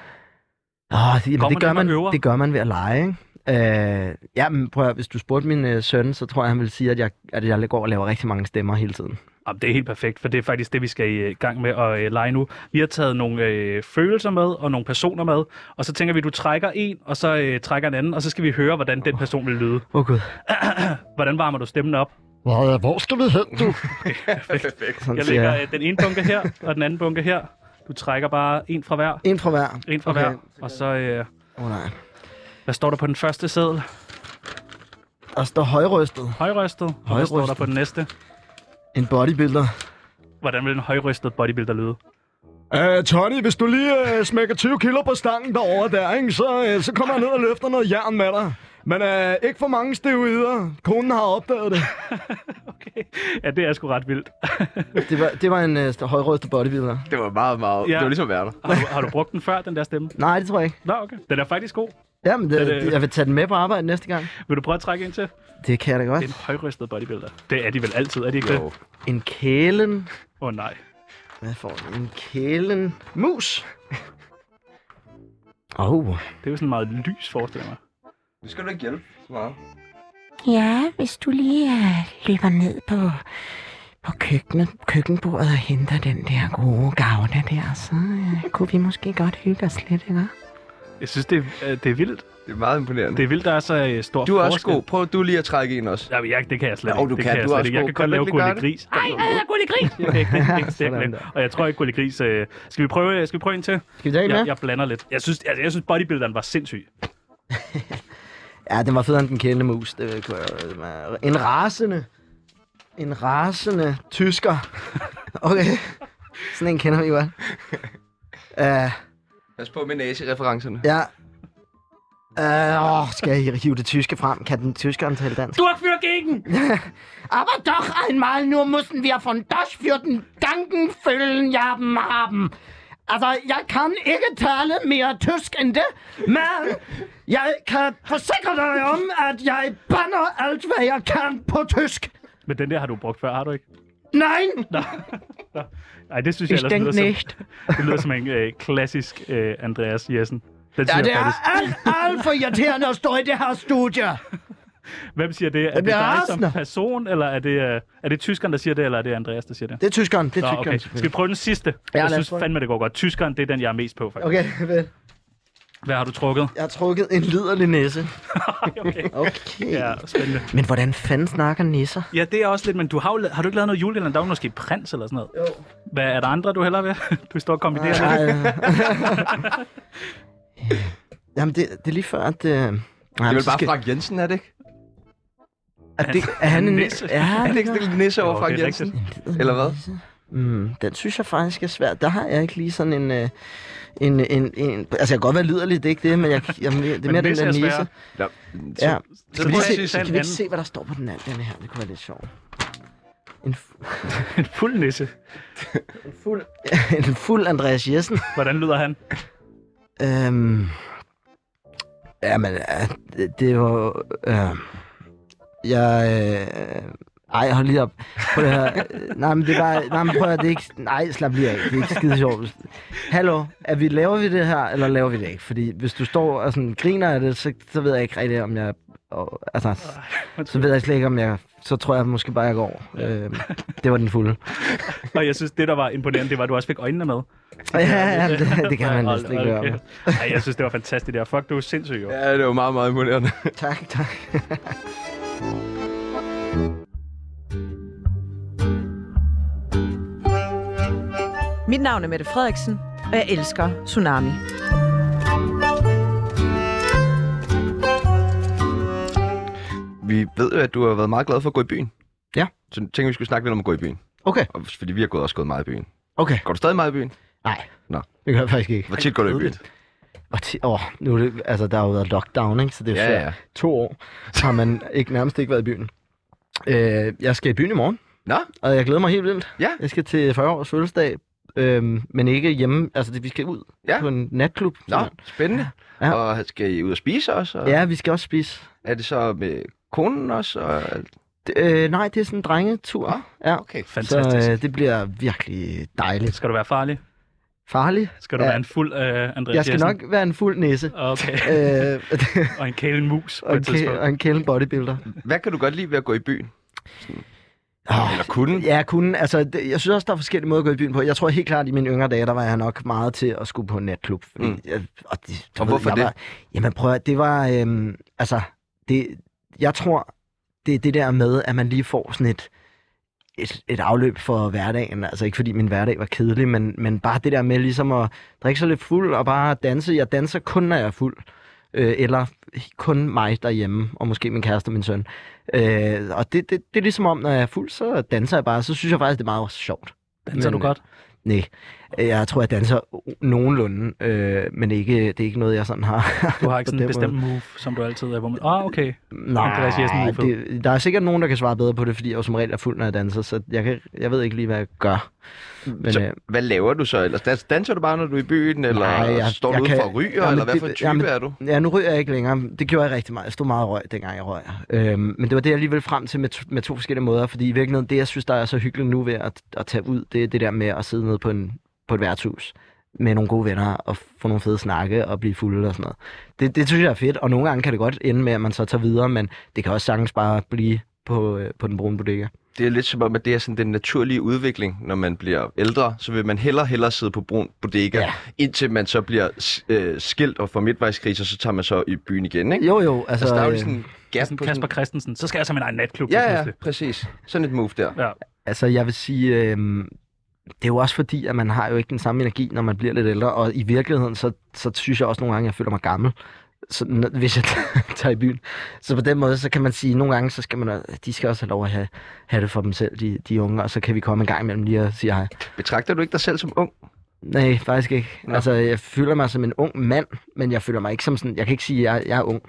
Det gør man ved at lege, ikke? Ja, men prøv at, hvis du spurgte min søn, så tror jeg, han ville sige, at jeg går og laver rigtig mange stemmer hele tiden. Jamen, det er helt perfekt, for det er faktisk det, vi skal i gang med at lege nu. Vi har taget nogle følelser med og nogle personer med, og så tænker vi, at du trækker en, og så trækker en anden, og så skal vi høre, hvordan den person vil lyde. Gud. Hvordan varmer du stemmen op? Hvor skal vi hen, du? Perfekt. Jeg lægger den ene bunke her, og den anden bunke her. Du trækker bare en fra hver. En fra hver? Hver. Og så... nej. Hvad står der på den første seddel? Der står højrystet. Højrystet. Og hvad står der på den næste? En bodybuilder. Hvordan vil en højrystet bodybuilder lyde? Tony, hvis du lige smækker 20 kilo på stangen derovre der, ikke, så kommer jeg ned og løfter noget jern med dig. Men ikke for mange steroider. Konen har opdaget det. Okay. Ja, det er sgu ret vildt. det var en højrystet bodybuilder. Det var meget... Ja. Det var ligesom Werner. Har du brugt den før, den der stemme? Nej, det tror jeg ikke. Nå, okay. Den er faktisk god. Jamen, jeg vil tage den med på arbejde næste gang. Vil du prøve at trække en til? Det kan jeg da godt. Det er en højrystet bodybuilder. Det er de vel altid, er de ikke det? En kælen. Nej. Hvad får du? En kælen. Mus. Det er jo sådan meget lys, forestiller mig. Nu skal du ikke hjælpe så meget. Ja, hvis du lige løber ned på køkkenbordet og henter den der gode gavne der, så kunne vi måske godt hygge os lidt, ikke? Jeg synes, det er vildt. Det er meget imponerende. Det er vildt, der er så stor Du er også forskel. god. Prøv du lige at trække en også. Ja, det kan jeg slet Jo, ikke. du Det kan. jeg Du er slet også ikke. Jeg god. kan Kan godt du lave ikke gøre Gulli Gris. Ej, Gulli Gris! Jeg kan ikke stærk med. Og jeg tror ikke, Gulli Gris... Skal vi prøve en til? Skal vi tage en med? Jeg blander lidt. Jeg synes bodybuilderen var sindssyg. Ja, den var federe end den kendte mus. Det kunne jeg... En rasende tysker. Okay. Sådan en kender vi godt. Pas på med nazi-referencerne. Ja. Skal jeg hive det tyske frem? Kan den tyskeren tale dansk? Du har fyrt gegen! Aber doch einmal nur müssen wir von das für den Gangen füllen haben. Altså, jeg kan ikke tale mere tysk end det, men jeg kan forsikre dig om, at jeg bander alt, hvad jeg kan på tysk. Men den der har du brugt før, har du ikke? Nej! Nej, det synes jeg Ich ellers denk lyder nicht. som, det lyder som en klassisk Andreas Jessen. Den Ja, siger det jeg faktisk. er alt for irriterende at stå i det her studie. Hvem siger det? Er Jeg det bliver dig rasende. som person, eller er det tyskeren, der siger det, eller er det Andreas, der siger det? Det er tyskeren, det er Nå, tyskeren. okay. Skal vi prøve den sidste? Ja, Jeg lad os synes prøve. fandme, det går godt. Tyskeren, det er den, jeg er mest på, faktisk. Okay, vel. Hvad har du trukket? Jeg har trukket en liderlig næse. Okay. Okay. Ja, spændende. Men hvordan fanden snakker nisser? Ja, det er også lidt, men har du ikke lavet noget julekalender? Der er jo måske prins eller sådan noget. Jo. Hvad er der andre, du hellere vil? Du står og kombinerer lidt. Jamen, det er lige før, at... Det er vel bare Frank Jensen, er det ikke? Er han en nisse? Ja, Er det ikke sådan en nisse over Jo, Frank det er Jensen? Eller hvad? Den synes jeg faktisk er svært. Der har jeg ikke lige sådan en... Altså, jeg kan godt være liderlig, det er ikke det, men det er mere den nisse der er nisse. sværere. Ja. Ja. Så Kan vi, prøv at se, se en kan vi ikke anden. se, hvad der står på den anden her? Det kunne være lidt sjovt. En Fuld nisse. en fuld Andreas Jessen. Hvordan lyder han? Jamen, det var... Ej, hold lige op på det her. Nej, men det var... Nej, men prøv at det er ikke... Nej, slap lige af. Det er ikke skide sjovt. Hallo, laver vi det her, eller laver vi det ikke? Fordi hvis du står og sådan griner af det, så ved jeg ikke rigtigt, om jeg... så ved jeg slet ikke, om jeg... Så tror jeg måske bare, jeg går over. Det var den fulde. Og jeg synes, det der var imponerende, det var, at du også fik øjnene med. Ja, det kan man næsten ikke gøre. Ej, jeg synes, det var fantastisk der. Fuck, du er sindssyg, jo. Ja, det var meget, meget imponerende. Tak. Mit navn er Mette Frederiksen, og jeg elsker Tsunami. Vi ved jo, at du har været meget glad for at gå i byen. Ja. Så jeg tænker, vi skulle snakke lidt om at gå i byen. Okay. Og fordi vi har også gået meget i byen. Okay. Går du stadig meget i byen? Nej. Nå. Det gør jeg faktisk ikke. Hvor tit går du i byen? Nu er det, altså, der har jo været lockdown, ikke? Så det er Ja. 2 år, så har man nærmest ikke været i byen. Jeg skal i byen i morgen, Nå, og jeg glæder mig helt vildt. Ja. Jeg skal til 40 års fødselsdag, men ikke hjemme. Altså, vi skal ud på en natklub. Nå, spændende. Ja. Og skal I ud og spise også? Og Ja, vi skal også spise. er det så med konen også? Og... Nej, det er sådan en drengetur. Ja. Okay. Fantastisk. Så det bliver virkelig dejligt. Skal du være farlig? Farlig? Skal du være en fuld Andreas Jeg skal Jessen? nok være en fuld næse. Okay. Og en kælen mus på og, et tidspunkt. og en kælen bodybuilder. Hvad kan du godt lide ved at gå i byen? Eller kunne? Ja, kunne. Altså, jeg synes også, der er forskellige måder at gå i byen på. Jeg tror helt klart, i mine yngre dage, der var jeg nok meget til at skulle på en natklub. Fordi, Og hvorfor det? Jamen prøv at, det var... jeg tror, det er det der med, at man lige får sådan et afløb for hverdagen. Altså ikke fordi min hverdag var kedelig, men bare det der med ligesom at drikke sig lidt fuld og bare danse. Jeg danser kun, når jeg er fuld. Eller kun mig derhjemme, og måske min kæreste og min søn. Og det er ligesom om, når jeg er fuld, så danser jeg bare. Så synes jeg faktisk, det er meget sjovt. Danser du godt? Nej, jeg tror, jeg danser nogenlunde, men det er ikke noget, jeg sådan har. Du har ikke sådan en på den bestemt move, som du altid er på med? Okay. Nej, Andreas Jessen der er sikkert nogen, der kan svare bedre på det, fordi jeg jo som regel er fuld, når jeg danser, så jeg ved ikke lige, hvad jeg gør. Men, Så, hvad laver du så ellers? Danser du bare, når du er i byen, eller står du ude for at ryge, eller hvad for en type er du? Ja, nu ryger jeg ikke længere. Det gjorde jeg rigtig meget. Jeg stod meget røg, dengang jeg røg. Men det var det, jeg alligevel frem til med 2 forskellige måder, fordi i virkeligheden, det jeg synes, der er så hyggeligt nu ved at tage ud, det er det der med at sidde nede på et værtshus med nogle gode venner og få nogle fede snakke og blive fulde og sådan noget. Det synes jeg er fedt, og nogle gange kan det godt ende med, at man så tager videre, men det kan også sagtens bare blive på den brune bodega. Det er lidt som om, at det er sådan den naturlige udvikling, når man bliver ældre. Så vil man hellere sidde på brun bodega, indtil man så bliver skilt og får midtvejskrise, og så tager man så i byen igen, ikke? Jo, Altså, der er jo sådan gas på Kasper Christensen, så skal jeg så min egen natklub. Ja, præcis. Sådan et move der. Ja. Altså, jeg vil sige, det er jo også fordi, at man har jo ikke den samme energi, når man bliver lidt ældre, og i virkeligheden, så synes jeg også nogle gange, at jeg føler mig gammel, så, hvis jeg tager i byen. Så på den måde, så kan man sige, at nogle gange, så skal man, de skal også have lov at have det for dem selv, de unge, og så kan vi komme en gang imellem lige og sige hej. Betragter du ikke dig selv som ung? Nej, faktisk ikke. Nå. Altså, jeg føler mig som en ung mand, men jeg føler mig ikke som sådan, jeg kan ikke sige, at jeg er ung.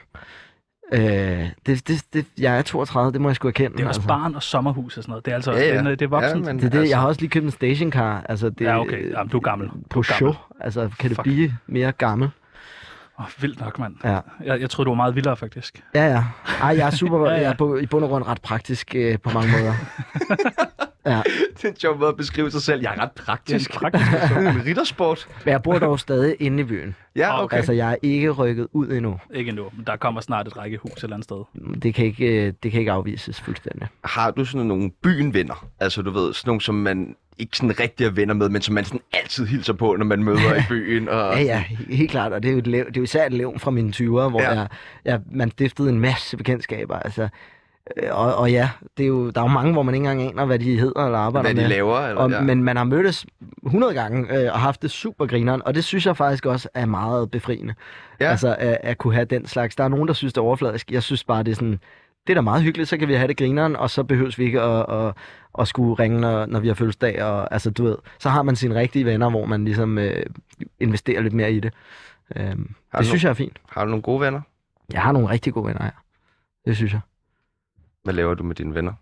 Jeg er 32, det må jeg sgu erkende. Det er også altså. barn og sommerhus og sådan noget. Det er altså Ja. det er voksen. Ja, men Det er det, altså, jeg har også lige købt en stationcar. Altså, det, Ja, okay. Jamen, du er gammel. På show. Altså, kan det blive mere gammel? Vildt nok, mand. Ja. Jeg troede, du var meget vildere, faktisk. Ja. Ej, jeg er super, Ja. jeg er i bund og grund ret praktisk på mange måder. Ja. det er en sjov måde at beskrive sig selv. Jeg er ret praktisk. Det er en praktisk En riddersport. Men jeg bor dog stadig inde i byen. Ja, okay. Altså, jeg er ikke rykket ud endnu. Ikke endnu, men der kommer snart et rækkehus et eller andet sted. Det kan ikke afvises fuldstændig. Har du sådan nogle byen-venner? Altså, du ved, sådan nogle, som man ikke sådan rigtig er venner med, men som man sådan altid hilser på, når man møder i byen. Og... Ja, helt klart. Og det er jo især et levn fra mine 20'ere, hvor man stiftede en masse bekendtskaber. Altså, og ja, det er jo, der er jo mange, hvor man ikke engang aner, hvad de hedder eller arbejder med. Hvad de laver. Eller, Men man har mødtes 100 gange og haft det super grineren, og det synes jeg faktisk også er meget befriende. Ja. Altså at kunne have den slags. Der er nogen, der synes, det er overfladisk. Jeg synes bare, det er sådan, det er da meget hyggeligt, så kan vi have det grineren, og så behøves vi ikke at skulle ringe, når vi har fødselsdag. Og, altså, du ved, så har man sine rigtige venner, hvor man ligesom investerer lidt mere i det. Det synes jeg er fint. Har du nogle gode venner? Jeg har nogle rigtig gode venner, ja. Det synes jeg. Hvad laver du med dine venner?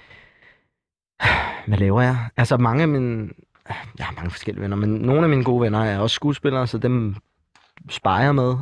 Hvad laver jeg? Altså mange af mine... Jeg har mange forskellige venner, men nogle af mine gode venner er også skuespillere, så dem sparer jeg med.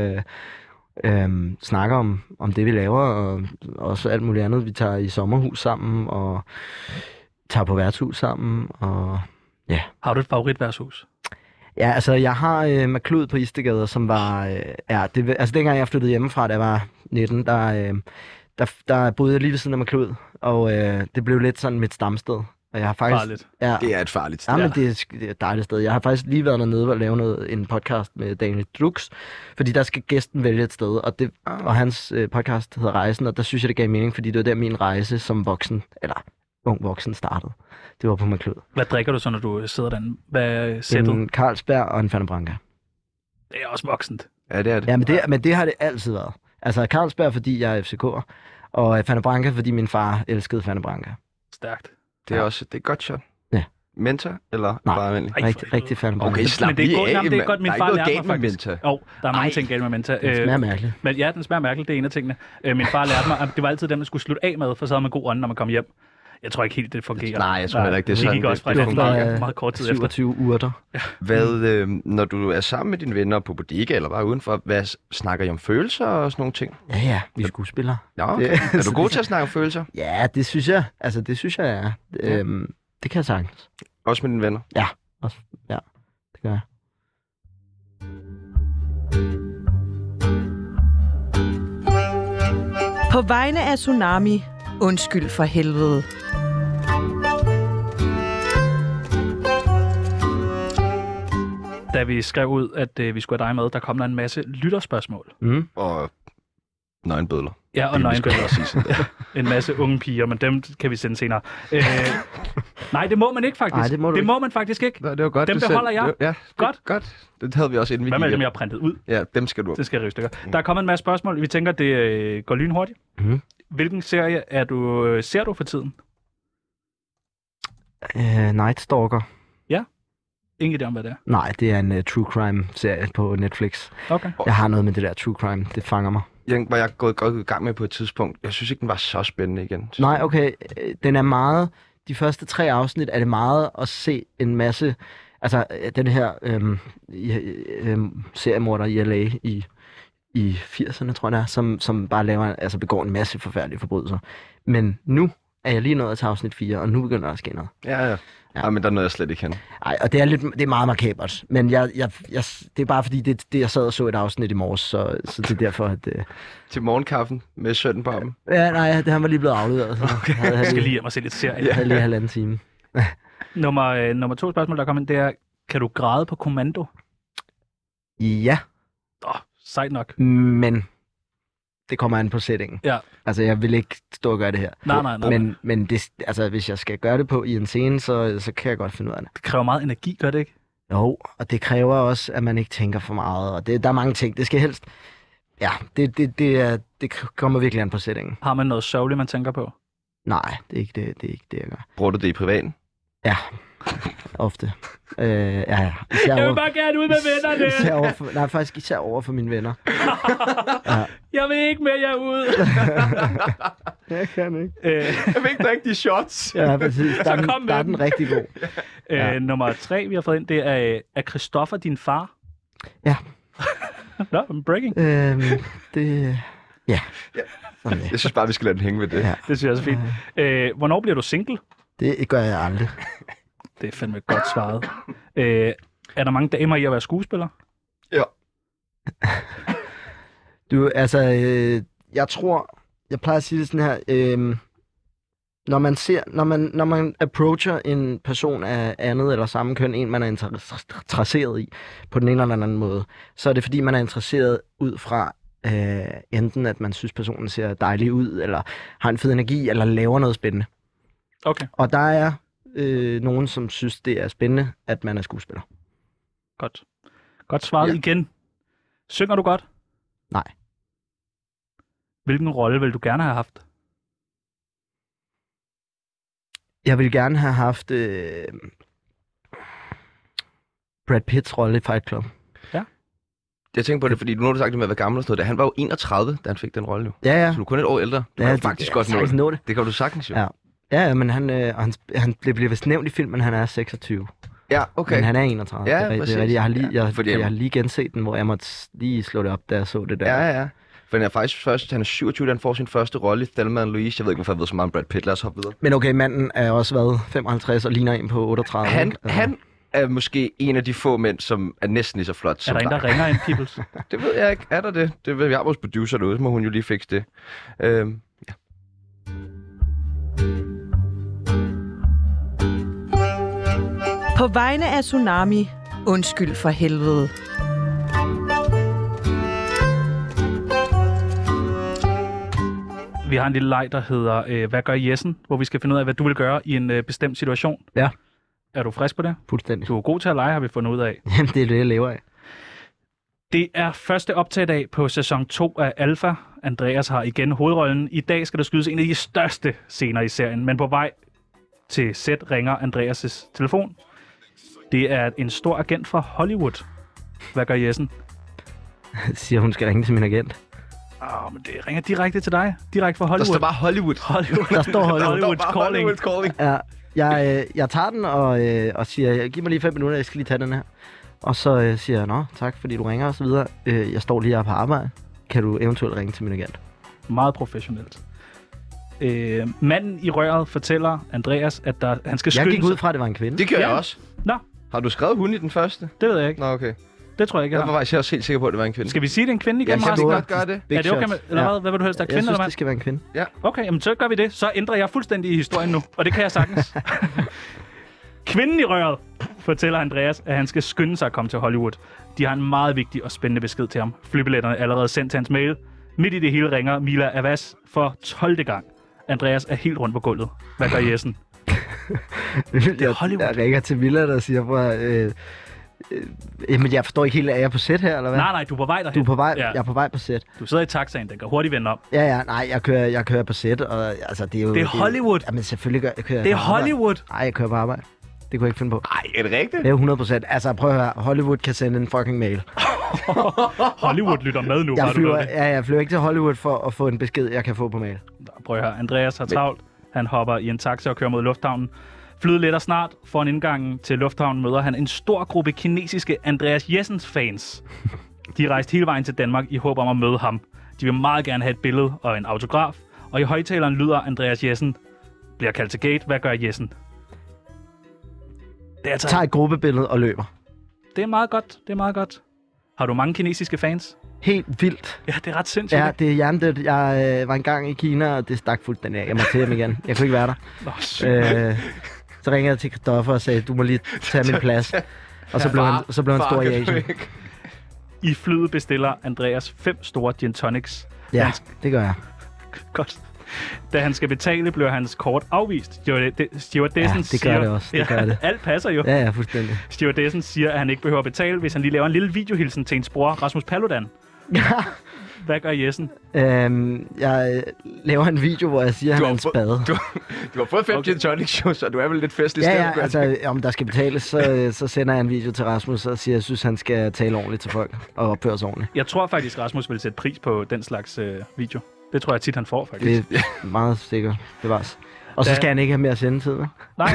Snakker om det, vi laver, og også alt muligt andet. Vi tager i sommerhus sammen, og tager på værtshus sammen, og ja. Har du et favoritværtshus? Ja, altså jeg har McClud på Istegade, som var... altså dengang jeg flyttede hjemmefra, da jeg var 19, der boede jeg lige ved siden af McClud, og det blev lidt sådan mit stamsted. Og jeg har faktisk... Farligt. Ja, Det er et farligt sted. ja, men det er et dejligt sted. Jeg har faktisk lige været dernede og lavet en podcast med Daniel Drux, fordi der skal gæsten vælge et sted, og hans podcast hedder Rejsen, og der synes jeg, det gav mening, fordi det var der min rejse som voksen, eller ung voksen startede. Det var på McClud. Hvad drikker du så, når du sidder derinde? Hvad er sættet? En Carlsberg og en Fanta Branca. Det er også voksent. Ja, det er det. Ja, men det har det altid været. Altså Carlsberg, fordi jeg er FCK'er, og Fanta Branca, fordi min far elskede Fanta Branca. Stærkt. Det er også et godt shot. Ja. Mentor eller Nej. bare almindelig? Ej, Rigtig Fanta Branca. Okay, slap Men det er lige godt, af, jamen, det er mand. godt, min Der er far ikke lærte noget mig galt med faktisk. Mentor. Der er mange ting galt med Menta. Det smager mærkeligt. Men ja, den smager mærkeligt, det er en af tingene. Min far lærte mig, at det var altid dem, der skulle slutte af med, for så havde man god ånd, når man kom hjem. Jeg tror ikke helt, det fungerer. Nej, jeg tror heller ikke, det er Vi sådan, gik også fra det det fungerer. meget kort tid efter. 27 urter. Hvad, når du er sammen med dine venner på bodega eller bare udenfor, hvad snakker I om følelser og sådan nogle ting? Ja, vi er skuespillere. Ja, okay. Er du god til at snakke om følelser? Ja, det synes jeg. Altså, det synes jeg er. Det kan jeg sagtens. Også med dine venner? Ja, det gør jeg. På vegne af Tsunami, undskyld for helvede. Da vi skrev ud, at vi skulle have dig med, der kom der en masse lytterspørgsmål. Mm. Og nøgenbødler. Ja, og Det nøgenbilleder. også sige sådan der. En masse unge piger, men dem kan vi sende senere. Nej, det må man ikke faktisk. Nej, det må du det ikke. må man faktisk ikke. Nå, det var godt, Dem du beholder jeg. Ja, godt. Det havde vi også inden vi Hvad med gik dem, hjem. jeg har printet ud? Ja, dem skal du. Det skal jeg rive i stykker. Der er kommet en masse spørgsmål. Vi tænker, det går lynhurtigt. Mhm. Hvilken serie ser du for tiden? Night Stalker. Ingen idé om, hvad det er. Nej, det er en true crime-serie på Netflix. Okay. Jeg har noget med det der true crime. Det fanger mig. Den var jeg gået i gang med på et tidspunkt. Jeg synes ikke, den var så spændende igen. Nej, okay. Den er meget... De første 3 afsnit er det meget at se en masse... Altså, den her seriemorder i LA i 80'erne, tror jeg det er, som bare begår en masse forfærdelige forbrydelser. Men nu er jeg lige nået til afsnit 4, og nu begynder der at ske noget. Ja. Ej, men der er noget, jeg slet ikke kan. Nej, og det er meget makabert. Men det er bare fordi, det jeg sad og så et afsnit i morges, så det er derfor, at... Til morgenkaffen med sønnen på armen. Ja, nej, han var lige blevet afleveret. Så Okay. Jeg skal lige hjem og se lidt serie. Jeg havde lige 1,5 time. Nummer 2 spørgsmål, der kom ind, det er, kan du græde på kommando? Ja, Sejt nok. men det kommer an på settingen. Ja. Altså, jeg vil ikke stå og gøre det her. Nej. Men det, altså, hvis jeg skal gøre det på i en scene, så kan jeg godt finde ud af det. Det kræver meget energi, gør det ikke? Jo, og det kræver også, at man ikke tænker for meget. Og der er mange ting. Det skal helst... Ja, det kommer virkelig an på settingen. Har man noget sørgeligt, man tænker på? Nej, det er ikke det, jeg gør. Bruger du det i privaten? Ja, ofte. Ja. Især Jeg vil bare gerne ud med vennerne. især over for mine venner. Jeg vil ikke med jer ud. Jeg kan ikke. Jeg vil ikke drikke de shots. Ja, præcis. Der med er den rigtig god. Nummer 3, vi har fået ind, det er Christoffer din far? Ja. Nå, breaking. Ja. Jeg synes bare, vi skal lade den hænge ved det. Ja. Det synes jeg er så fint. Hvornår bliver du single? Det gør jeg aldrig. Det er fandme godt svaret. Er der mange damer i at være skuespiller? Ja. Jeg tror, jeg plejer at sige det sådan her, når man approacher en person af andet eller samme køn, en man er interesseret i, på den ene eller anden måde, så er det fordi, man er interesseret ud fra enten, at man synes, personen ser dejlig ud, eller har en fed energi, eller laver noget spændende. Okay. Og der er nogen, som synes, det er spændende, at man er skuespiller. Godt. Godt svaret igen. Synger du godt? Nej. Hvilken rolle vil du gerne have haft? Jeg ville gerne have haft Brad Pitts rolle i Fight Club. Ja. Jeg tænker på det, fordi nu har du sagt det med at være gammel og sådan noget. Han var jo 31, da han fik den rolle nu. Ja. Så du er kun et år ældre. Du kan faktisk godt nå det. Det kan du sagtens jo. Ja, men han bliver vist nævnt i filmen, han er 26. Ja, okay. Men han er 31. Ja, det er rigtigt. Jeg har lige genset den, hvor jeg måtte lige slå det op, da jeg så det der. Ja. For han er faktisk han er 27, da han får sin første rolle i Thelma & Louise. Jeg ved ikke, hvorfor jeg ved så meget om Brad Pitt. Lad os hoppe videre. Men okay, manden er også været 55 og ligner en på 38. Han er måske en af de få mænd, som er næsten lige så flot som dig. Er der en, der ringer ind, Peoples? Det ved jeg ikke. Er der det? Det ved jeg, vores producer derude, så må hun jo lige fikse det. Ja. På vegne af Tsunami, undskyld for helvede. Vi har en lille leg, der hedder Hvad gør Jessen? Hvor vi skal finde ud af, hvad du vil gøre i en bestemt situation. Ja. Er du frisk på det? Fuldstændig. Du er god til at lege, har vi fundet ud af. Jamen, det er det, jeg lever af. Det er første optagedag på sæson 2 af Alpha. Andreas har igen hovedrollen. I dag skal der skydes en af de største scener i serien, men på vej til set ringer Andreas' telefon. Det er en stor agent fra Hollywood. Hvad gør Jessen? Siger, hun skal ringe til min agent. Men det ringer direkte til dig. Direkte fra Hollywood. Der står bare Hollywood. Der står Hollywood calling. Ja, jeg tager den og siger, giv mig lige 5 minutter, jeg skal lige tage den her. Og så siger jeg, nå, tak fordi du ringer og så videre. Jeg står lige her på arbejde. Kan du eventuelt ringe til min agent? Meget professionelt. Manden i røret fortæller Andreas, at han skal skynde sig. Jeg gik ud fra, at det var en kvinde. Det gør jeg også. Nå. Har du skrevet hun i den første? Det ved jeg ikke. Nå, okay. Det tror jeg ikke, jeg har. Jeg var også helt sikker på, at det var en kvinde. Skal vi sige, det er en kvinde igen? Ja, kan du godt gøre det? Er det okay med, eller hvad? Hvad vil du helst, der er kvinde eller mand? Jeg synes, det skal være en kvinde. Ja. Okay, jamen så gør vi det. Så ændrer jeg fuldstændig i historien nu, og det kan jeg sagtens. Kvinden i røret fortæller Andreas, at han skal skynde sig at komme til Hollywood. De har en meget vigtig og spændende besked til ham. Flybilletterne er allerede sendt til hans mail. Midt i det hele ringer Mila Avas for 12. gang. Andreas er helt rundt på gulvet. Hvad gør Jessen? Jeg ringer til Mila, der siger, jamen, jeg forstår ikke helt, at jeg er på set her, eller hvad? Nej, du er på vej derhen. Du er på vej, ja. Jeg er på vej på set. Du sidder i taxaen, den kan hurtigt vende om. Ja, nej, jeg kører på set, og altså, det er jo... Det er Hollywood! Jamen, selvfølgelig kører jeg Det er Hollywood! Nej, jeg kører på arbejde. Det kunne jeg ikke finde på. Nej, er det rigtigt? Det er 100%. Altså, prøv at høre. Hollywood kan sende en fucking mail. Hollywood lytter med nu. Jeg flyver ikke til Hollywood for at få en besked, jeg kan få på mail. Prøv at høre. Andreas har travlt. Han hopper i en taxa og kører mod lufthavnen. Flyet letter snart. Foran indgangen til lufthavnen møder han en stor gruppe kinesiske Andreas Jessens fans. De er rejst hele vejen til Danmark i håb om at møde ham. De vil meget gerne have et billede og en autograf. Og i højtaleren lyder Andreas Jessen: bliver kaldt til gate. Hvad gør Jessen? Det er, altså, Tager et gruppebillede og løber. det er meget godt. Det er meget godt. Har du mange kinesiske fans? Helt vildt. Ja, det er ret sindssygt. Ja, det er hjernedødt. Jeg var engang i Kina, og det stak fuldstændig af. Jeg må til ham igen. Jeg kunne ikke være der. Nå, sygt. Så ringede jeg til Christoffer og sagde, du må lige tage min plads. Og så blev han stor i Asien. I flyet bestiller Andreas 5 store gin tonics. Ja, det gør jeg. Godt. Da han skal betale, bliver hans kort afvist. Stewardessen Ja, det gør det også. Det gør det. Alt passer jo. Ja, fuldstændig. Stewardessen siger, at han ikke behøver at betale, hvis han lige laver en lille videohilsen til ens bror, Rasmus Paludan. Hvad gør Jessen? Jeg laver en video, hvor jeg siger, at han er en spade. Du har fået 5 gin tonic, så du er vel lidt festlig sted. Ja, altså om der skal betales, så sender jeg en video til Rasmus og siger, at jeg synes, han skal tale ordentligt til folk og opføre sig ordentligt. Jeg tror faktisk, Rasmus vil sætte pris på den slags video. Det tror jeg tit, han får, faktisk. Det er meget sikkert, bevares. Og så skal han ikke have mere sendetid, hva'?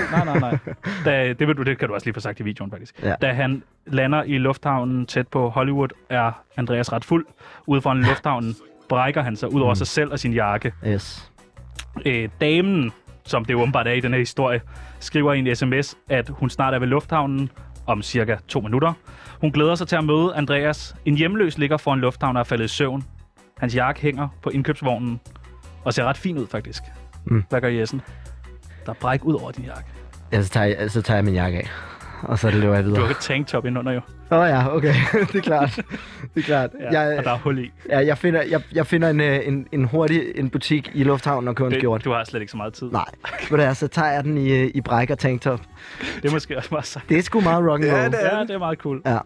Nej. Det kan du også lige få sagt i videoen, faktisk. Ja. Da han lander i lufthavnen tæt på Hollywood, er Andreas ret fuld. Ude foran lufthavnen brækker han sig ud over sig selv og sin jakke. Yes. Damen, som det åbenbart er i den her historie, skriver i en sms, at hun snart er ved lufthavnen om cirka 2 minutter. Hun glæder sig til at møde Andreas. En hjemløs ligger foran lufthavnen og er faldet i søvn. Hans jakke hænger på indkøbsvognen og ser ret fin ud, faktisk. Hvad gør Jessen? Der er bræk ud over din jakke. Ja, så tager jeg min jakke af, og så løber jeg videre. Du har et tanktop indunder jo. Ja, okay. Det er klart. Ja, og der er hul i. Ja, jeg finder en hurtig en butik i lufthavnen og køber en skjort. Du har slet ikke så meget tid. Nej, så tager jeg den i bræk og tanktop. Det er måske også meget sagt. Det er sgu meget rock'n'roll. Ja, det er meget cool. Ja.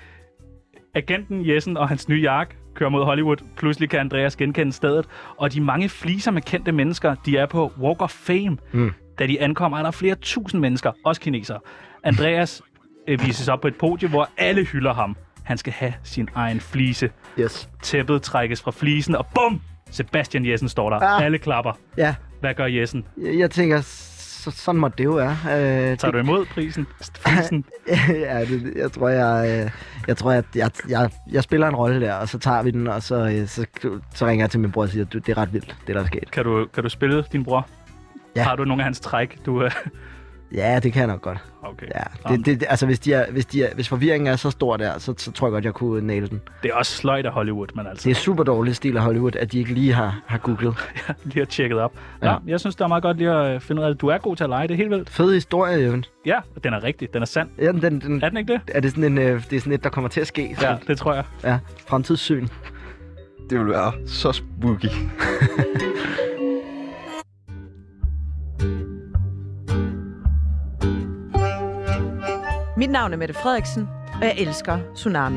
Agenten Jessen og hans nye jakke kører mod Hollywood. Pludselig kan Andreas genkende stedet. Og de mange fliser med kendte mennesker, de er på Walk of Fame. Da de ankommer, er der flere tusind mennesker, også kinesere. Andreas vises op på et podie, hvor alle hylder ham. Han skal have sin egen flise. Yes. Tæppet trækkes fra flisen, og bum! Sebastian Jessen står der. Alle klapper. Ja. Hvad gør Jessen? Jeg tænker, sådan må det jo være. Tager du imod prisen? Flisen? Ja, jeg tror, jeg spiller en rolle der, og så tager vi den, og så ringer jeg til min bror og siger, det er ret vildt, det der er sket. Kan du spille din bror? Ja. Har du nogle af hans træk? Ja, det kan jeg nok godt. Okay. Ja, altså hvis forvirringen er så stor der, så tror jeg godt, jeg kunne naile den. Det er også sløjt af Hollywood, men altså... Det er super dårlig stil af Hollywood, at de ikke lige har googlet. Ja, lige har tjekket op. Ja. Jeg synes, det er meget godt lige at finde ud af, at du er god til at lege. Det er helt vildt. Fed historie, Jørgen. Ja, den er rigtig. Den er sand. Ja, Er den ikke det? Er det sådan det er sådan et, der kommer til at ske? Ja, det tror jeg. Ja, fremtidssyn. Det vil være så spooky. Mit navn er Mette Frederiksen, og jeg elsker Tsunami.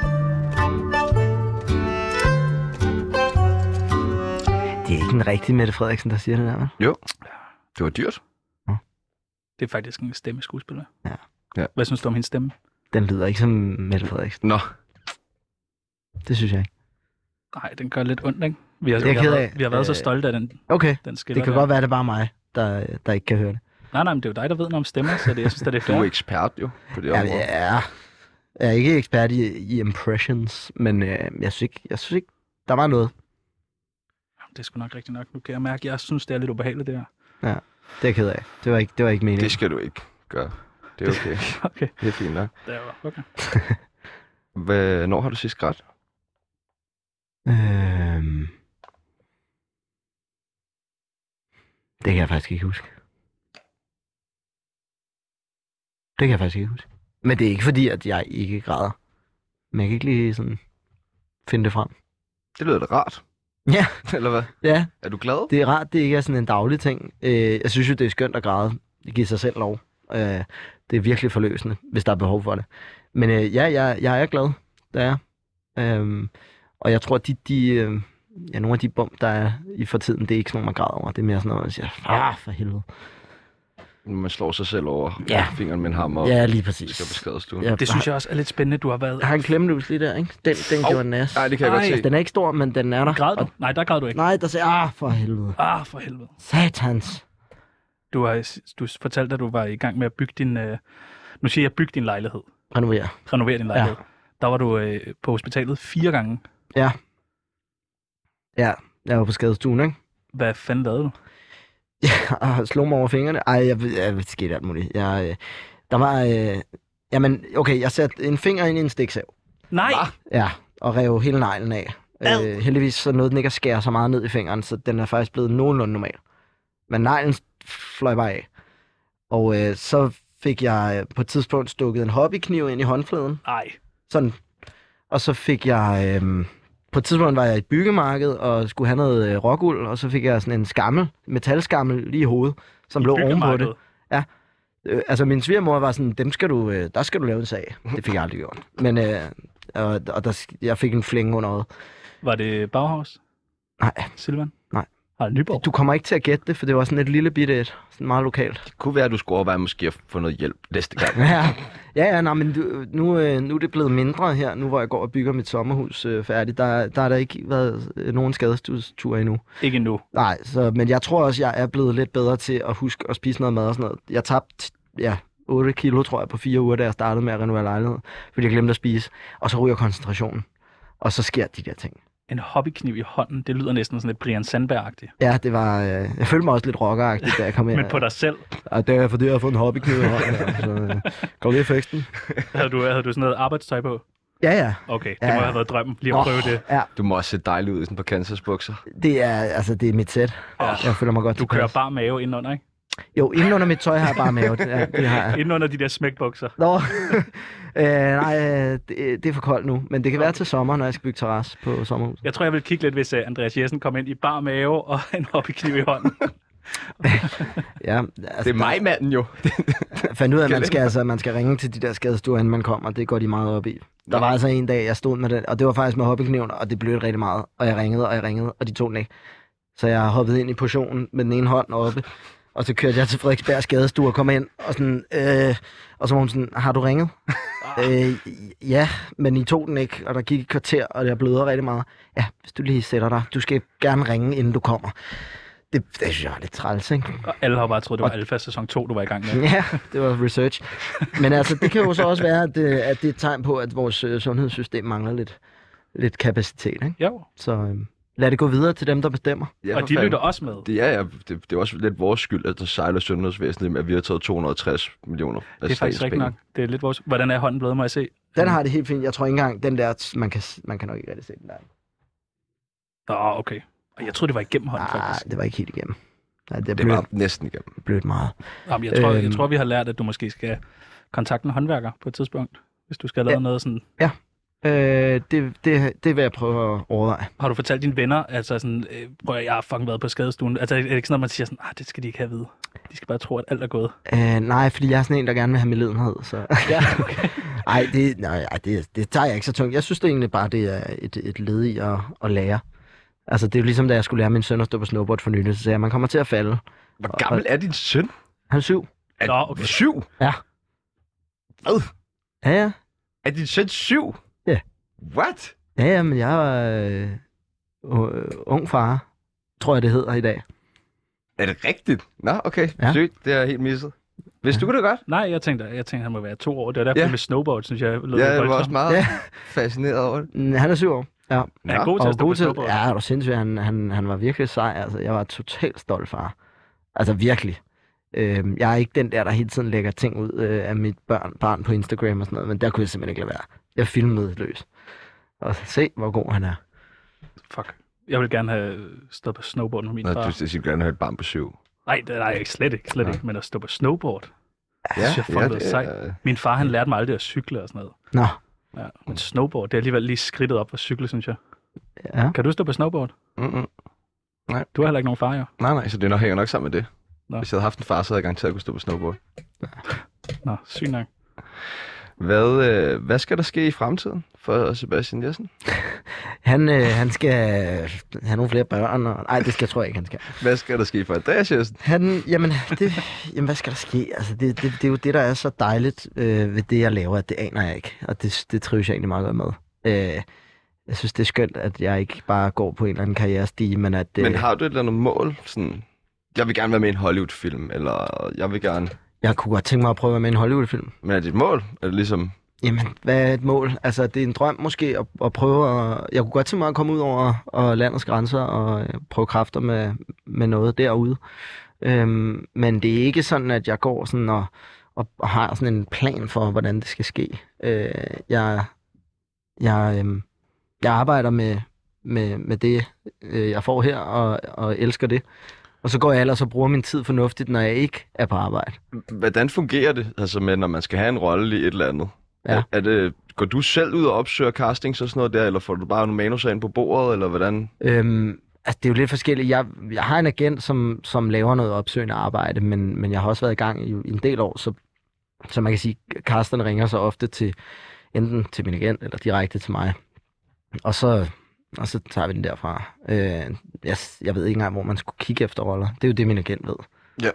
Det er ikke en rigtig Mette Frederiksen, der siger det der, hva'? Jo, det var dyrt. Det er faktisk en stemmeskuespiller. Ja. Hvad synes du om hendes stemme? Den lyder ikke som Mette Frederiksen. Nå, Det synes jeg ikke. Nej, den gør lidt ondt, ikke? Vi har været så stolte af den Okay, skiller det kan der. godt være, det er bare mig, der ikke kan høre det. Nej, men det er jo dig, der ved noget om stemmer, så jeg synes, det er du fair. er ekspert jo på det område. Jeg er ikke ekspert i impressions, men jeg synes ikke, der var noget. Det er sgu nok rigtigt nok. Nu kan jeg mærke, jeg synes, det er lidt ubehageligt, det her. Ja, det er jeg ked af. Det var ikke meningen. Det skal du ikke gøre. Det er okay. Okay. Det er fint nok. Det er okay. Når har du sidst grædt? Det kan jeg faktisk ikke huske. Men det er ikke fordi, at jeg ikke græder. Men jeg kan ikke lige sådan finde det frem. Det lyder da rart. Ja. Eller hvad? Ja, Er du glad? det er rart, det ikke er sådan en daglig ting. Jeg synes jo, det er skønt at græde. Det giver sig selv lov. Det er virkelig forløsende, hvis der er behov for det. Men jeg er glad. Det er jeg. Og jeg tror, at nogle af de bump, der er i for tiden, det er ikke sådan noget, man græder over. Det er mere sådan noget, man siger, for helvede. Man slår sig selv over fingeren med en hammer og Ja, lige præcis. skal på skadestuen. Ja, Det synes jeg også er lidt spændende, du har været. Jeg har en klemmelus lige der, ikke? Den gjorde nas. Nej, det kan jeg godt se. Den er ikke stor, men den er der. Græd du? Nej, der græd du ikke. Nej, der siger, for helvede. For helvede. Satans. Du fortalte, at du var i gang med at bygge din... Nu siger jeg, bygge din lejlighed. Renovere din lejlighed. Der var du på hospitalet 4 gange. Ja. Ja, jeg var på skadestuen, ikke? Hvad fanden lavede du? og slog mig over fingrene. Ej, jeg skete alt muligt. Der var... jamen, okay, jeg satte en finger ind i en stiksav. Nej! Ja, og rev hele neglen af. Heldigvis så nåede den ikke at skære så meget ned i fingeren, så den er faktisk blevet nogenlunde normal. Men neglen fløj bare af. Og så fik jeg på et tidspunkt stukket en hobbykniv ind i håndfladen. Ej. Sådan. Og så fik jeg... på et tidspunkt var jeg i et byggemarked og skulle have noget råguld, og så fik jeg sådan en metalskammel lige i hovedet, som lå ovenpå det. Ja. Altså min svigermor var sådan, der skal du lave en sag. Det fik jeg aldrig gjort. Men jeg fik en flænge under øjet. Var det Bauhaus? Nej. Silvan? Nej. Har det Nyborg? Du kommer ikke til at gætte det, for det var sådan et lille bitte et. Sådan meget lokalt. Det kunne være, at du skulle overveje måske at få noget hjælp næste gang. Ja, nej, men nu er det blevet mindre her, nu hvor jeg går og bygger mit sommerhus færdigt. Der har der ikke været nogen skadestur endnu. Ikke endnu. Nej, men jeg tror også, jeg er blevet lidt bedre til at huske at spise noget mad og sådan noget. Jeg tabte 8 kilo, tror jeg, på 4 uger, da jeg startede med at renovere lejlighed, fordi jeg glemte at spise. Og så ryger koncentrationen. Og så sker de der ting. En hobbykniv i hånden, det lyder næsten sådan lidt Brian Sandberg-agtigt. Ja, det var... jeg følte mig også lidt rockeragtigt, da jeg kom ind. Men på dig selv? Ja, det er fordi, jeg har fået en hobbykniv i hånden. Så går lige effekten. Havde du sådan noget arbejdstøj på? Ja. Okay, det må have været drømmen, lige at prøve det. Ja. Du må også se dejlig ud i sådan på Kansas-bukser. Det er mit sæt. Ja. Jeg føler mig godt Du kører bare mave indenunder, ikke? Jo, indenunder mit tøj har jeg bare mave. Ja, det har jeg. Indenunder de der smækbukser. Nå, nej, det er for koldt nu. Men det kan være til sommer, når jeg skal bygge terrasse på sommerhuset. Jeg tror, jeg vil kigge lidt, hvis Andreas Jessen kom ind i bar mave og en hobbykniv i hånden. Ja, altså, det er mig, manden jo. fandt ud af, at man skal ringe til de der skadestuer, inden man kommer. Det går de meget op i. Der var altså en dag, jeg stod med det, og det var faktisk med hobbykniven, og det blev rigtig meget. Og jeg ringede, og de tog den ikke. Så jeg hoppede ind i portionen med den ene hånd oppe, og så kørte jeg til Frederiksberg skadestue og kom ind, og sådan, og så var hun sådan, har du ringet? Ja, men I tog den ikke, og der gik et kvarter, og jeg bløder rigtig meget. Ja, hvis du lige sætter dig, du skal gerne ringe, inden du kommer. Det synes jeg er lidt træls, ikke? Og alle har bare troet, det var Alfa sæson 2, du var i gang med. Ja, det var research. Men altså, det kan jo så også være, at det er et tegn på, at vores sundhedssystem mangler lidt kapacitet, ikke? Jo. Så lad det gå videre til dem, der bestemmer. Ja, og de lytter også med. Det er også lidt vores skyld, at der sejler sundhedsvæsenet med, at vi har taget 260 millioner. Det er faktisk rigtigt nok. Det er lidt vores... Hvordan er hånden blevet, må jeg se? Den har det helt fint. Jeg tror ikke engang, den der... Man kan nok ikke rigtig se den der. Okay. Og jeg troede, det var igennem hånden, faktisk. Nej, det var ikke helt igennem. Nej, det var næsten igennem. Det blev meget. Jamen, jeg tror, vi har lært, at du måske skal kontakte en håndværker på et tidspunkt, hvis du skal lave noget sådan... Ja. Det vil jeg prøve at overveje. Har du fortalt dine venner, altså sådan, prøv at jeg har fucking været på skadestuen? Altså er det ikke sådan, at man siger sådan, det skal de ikke have at vide. De skal bare tro, at alt er gået. Nej, fordi jeg er sådan en, der gerne vil have medlidenhed, så... Ja, okay. det tager jeg ikke så tungt. Jeg synes det egentlig bare, det er et led i at lære. Altså, det er jo ligesom, da jeg skulle lære min søn at stå på snowboard for nylig, så sagde jeg, man kommer til at falde. Hvor gammel er din søn? Han er 7. Okay. 7? Ja. Hvad? Ja. Er din søn 7? Ja. What? Ja, men jeg er ung far, tror jeg, det hedder i dag. Er det rigtigt? Nå, okay. Ja. Sygt. Det er jeg helt misset. Vidste du det godt? Nej, jeg tænkte, han må være 2 år. Det er derfor med snowboard, synes jeg. Jeg var også meget fascineret over det. Han er 7 år. Ja. Han er god til at stå på snowboard. Ja, det var sindssygt. Han var virkelig sej. Altså, jeg var totalt stolt far. Altså virkelig. Jeg er ikke den der hele tiden lægger ting ud af mit barn på Instagram og sådan noget, men der kunne jeg simpelthen ikke lade være. Jeg filmede løs. Og se, hvor god han er. Fuck. Jeg vil gerne have stået på snowboard med min far. Du siger gerne have et barn på 7. Nej, slet ikke. Men at stå på snowboard. Ja, Min far, han lærte mig aldrig at cykle og sådan noget. Nå. Ja, men snowboard, det er alligevel lige skridtet op for cykle, synes jeg. Ja. Kan du stå på snowboard? Nej. Du har heller ikke nogen far, jo. Nej, så det hænger nok sammen med det. Nå. Hvis jeg havde haft en far, så havde jeg garanteret kunne stå på snowboard. Nå, sygt nok. Hvad skal der ske i fremtiden for Sebastian Jessen? Han skal have nogle flere børn. Nej, det tror jeg ikke, han skal. Hvad skal der ske for Andreas Jessen? Jamen, hvad skal der ske? Altså, det er jo det, der er så dejligt ved det, jeg laver, at det aner jeg ikke. Og det trives jeg egentlig meget godt med. Jeg synes, det er skønt, at jeg ikke bare går på en eller anden karrierestige, men at... Men har du et eller andet mål? Sådan, jeg vil gerne være med i en Hollywood-film, eller jeg vil gerne... Jeg kunne godt tænke mig at prøve at være med i en Hollywood-film. Men er det et mål? Er det ligesom... Jamen, hvad er et mål? Altså, det er en drøm måske at prøve at... Jeg kunne godt tænke mig at komme ud over landets grænser og prøve kræfter med noget derude. Men det er ikke sådan, at jeg går sådan og har sådan en plan for, hvordan det skal ske. Jeg arbejder med det, jeg får her, og elsker det. Og så går jeg ellers og bruger min tid fornuftigt, når jeg ikke er på arbejde. Hvordan fungerer det, altså med, når man skal have en rolle i et eller andet? Ja. Går du selv ud og opsøger castings og sådan noget der, eller får du bare nogle manuser ind på bordet, eller hvordan? Altså, det er jo lidt forskelligt. Jeg har en agent, som laver noget opsøgende arbejde, men jeg har også været i gang i en del år, så man kan sige, casterne ringer så ofte til enten til min agent, eller direkte til mig. Og så tager vi den derfra. Jeg ved ikke engang, hvor man skulle kigge efter roller. Det er jo det, min agent ved. Ja.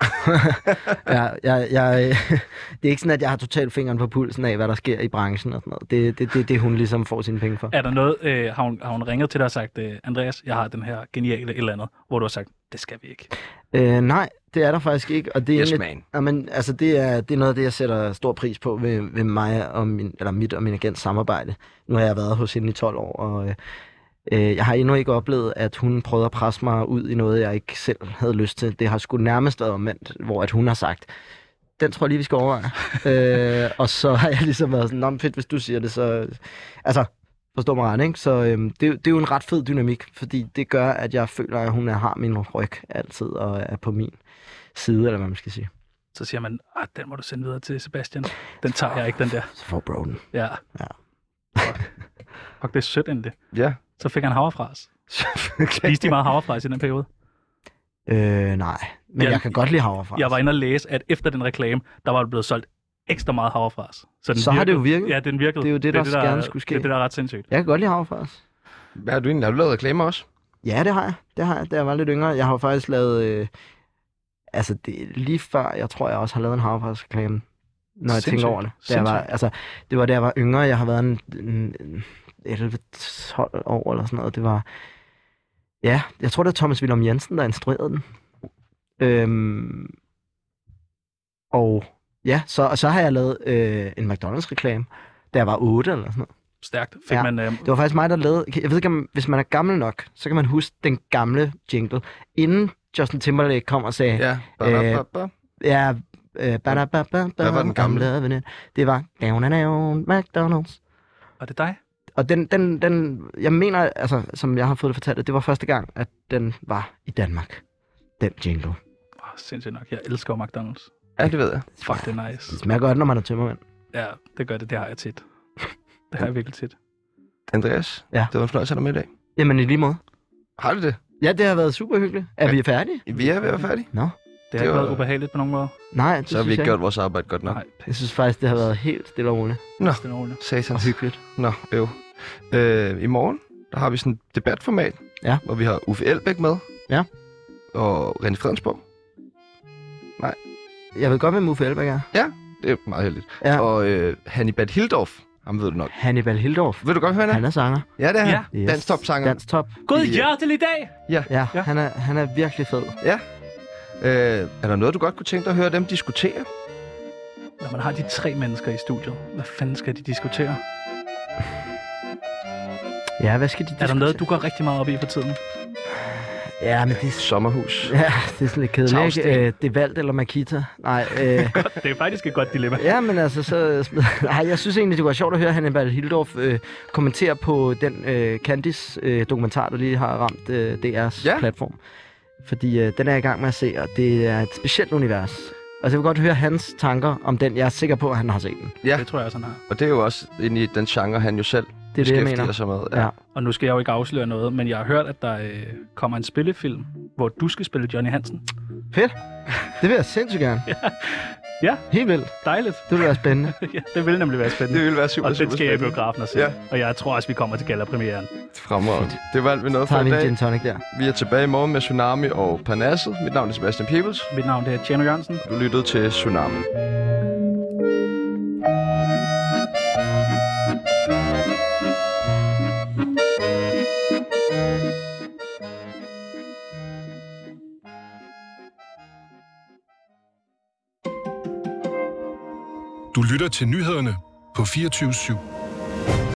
Det er ikke sådan, at jeg har totalt fingeren på pulsen af, hvad der sker i branchen og sådan noget. Det hun ligesom får sine penge for. Er der noget, har hun ringet til dig og sagt, Andreas, jeg har den her geniale et eller andet, hvor du har sagt, det skal vi ikke? Nej, det er der faktisk ikke. Og det er Yes, egentlig, man. altså, det er noget af det, jeg sætter stor pris på ved mig og mit og min agents samarbejde. Nu har jeg været hos hende i 12 år, og jeg har endnu ikke oplevet, at hun prøvede at presse mig ud i noget, jeg ikke selv havde lyst til. Det har sgu nærmest været omvendt, hvor at hun har sagt, den tror jeg lige, vi skal overveje. Og så har jeg ligesom været sådan, nå, fedt, hvis du siger det, så... Altså, forstår mig ret, ikke? Så det er jo en ret fed dynamik, fordi det gør, at jeg føler, at hun har min ryg altid og er på min side, eller hvad man skal sige. Så siger man, den må du sende videre til Sebastian. Den tager jeg ikke, den der. Så får bro den. Ja. Og det er sødt endelig. Ja. Så fik han havrefras. Spiste de meget havrefras i den periode? Nej, men jeg kan godt lide havrefras. Jeg var inde og læse, at efter den reklame, der var det blevet solgt ekstra meget havrefras. Så har det jo virket. Ja, den virkede. Det er jo det, der gerne skulle ske. Det er det, der er ret sindssygt. Jeg kan godt lide havrefras. Hvad har du egentlig? Har du lavet reklamer også? Ja, det har jeg. Da jeg var lidt yngre. Jeg har jo faktisk lavet... altså, det er lige før, jeg tror, jeg også har lavet en havrefras-reklame. Når jeg tænker over det. Det var da jeg var yngre. Jeg har været en 11-12 år eller sådan noget. Det var... Ja, jeg tror, det er Thomas Willum Jensen, der instruerede den. Og ja, så har jeg lavet en McDonald's-reklame, da jeg var 8 eller sådan noget. Stærkt. Det var faktisk mig, der lavede... Jeg ved ikke, hvis man er gammel nok, så kan man huske den gamle jingle. Inden Justin Timberlake kom og sagde... Ja. Hvad var den gamle? Det var McDonald's. Var det dig? Og den, jeg mener, altså, som jeg har fået det fortalt, det var første gang, at den var i Danmark. Den jingle. Sindssygt nok. Jeg elsker McDonald's. Ja, det ved jeg. Fuck, det er nice. Det smager godt, når man er tømmermænd. Ja, det gør det. Det har jeg tit. Det har jeg virkelig tit. Andreas, ja. Det var en fornøjelse at have dig med i dag. Jamen, i lige måde. Har du det? Ja, det har været super hyggeligt. Er vi færdige? Vi er ved at være færdige. Nå. Det har ikke været ubehageligt på nogen måde. Nej, så har vi ikke gjort vores arbejde godt nok. Nej, jeg synes faktisk, det har været helt stille og roligt. Nå, satans. Og hyggeligt. Nå, i morgen, der har vi sådan et debatformat, hvor vi har Uffe Elbæk med. Ja. Og René Fredensborg. Nej. Jeg ved godt, hvem Uffe Elbæk er. Ja, det er meget heldigt. Ja. Og Hannibal Hildorf. Ham ved du nok. Hannibal Hildorf. Ved du godt, hvem han er? Han er sanger. Ja, det er han. Yes. Dansk top-sanger. Dansk top. God hjertelig dag! Ja. Han er virkelig fed. Ja. Er der noget, du godt kunne tænke dig at høre dem diskutere? Når man har de 3 mennesker i studiet, hvad fanden skal de diskutere? Ja, hvad skal de diskutere? Er der noget, du går rigtig meget op i for tiden? Ja, men det er... Sommerhus. Ja, det er sådan lidt kedeligt, ikke? Det er Valgt eller Makita. Nej, godt, det er faktisk et godt dilemma. Ja, men altså, nej, jeg synes egentlig, det var sjovt at høre Hannibal Hildorf kommentere på den Candice-dokumentar, der lige har ramt DR's platform. Fordi den er jeg i gang med at se, og det er et specielt univers. Altså, jeg vil godt høre hans tanker om den. Jeg er sikker på, at han har set den. Ja, det tror jeg også, han har. Og det er jo også inde i den genre, han jo selv beskæftiger sig med. Ja. Og nu skal jeg jo ikke afsløre noget, men jeg har hørt, at der kommer en spillefilm, hvor du skal spille Johnny Hansen. Fedt. Det vil jeg sindssygt gerne. Ja. Helt vildt. Dejligt. Det vil være spændende. Ja, det vil nemlig være spændende. Det vil være super, og det skal jeg i biografen og se. Ja. Og jeg tror også, vi kommer til gala-premieren. Fremragende. Det var alt, vi nåede for i dag. Gin tonic der. Vi er tilbage i morgen med Tsunami og Parnasset. Mit navn er Sebastian Peebles. Mit navn er Tjerno Jørgensen. Du lyttede til Tsunami. Du lytter til nyhederne på 24/7.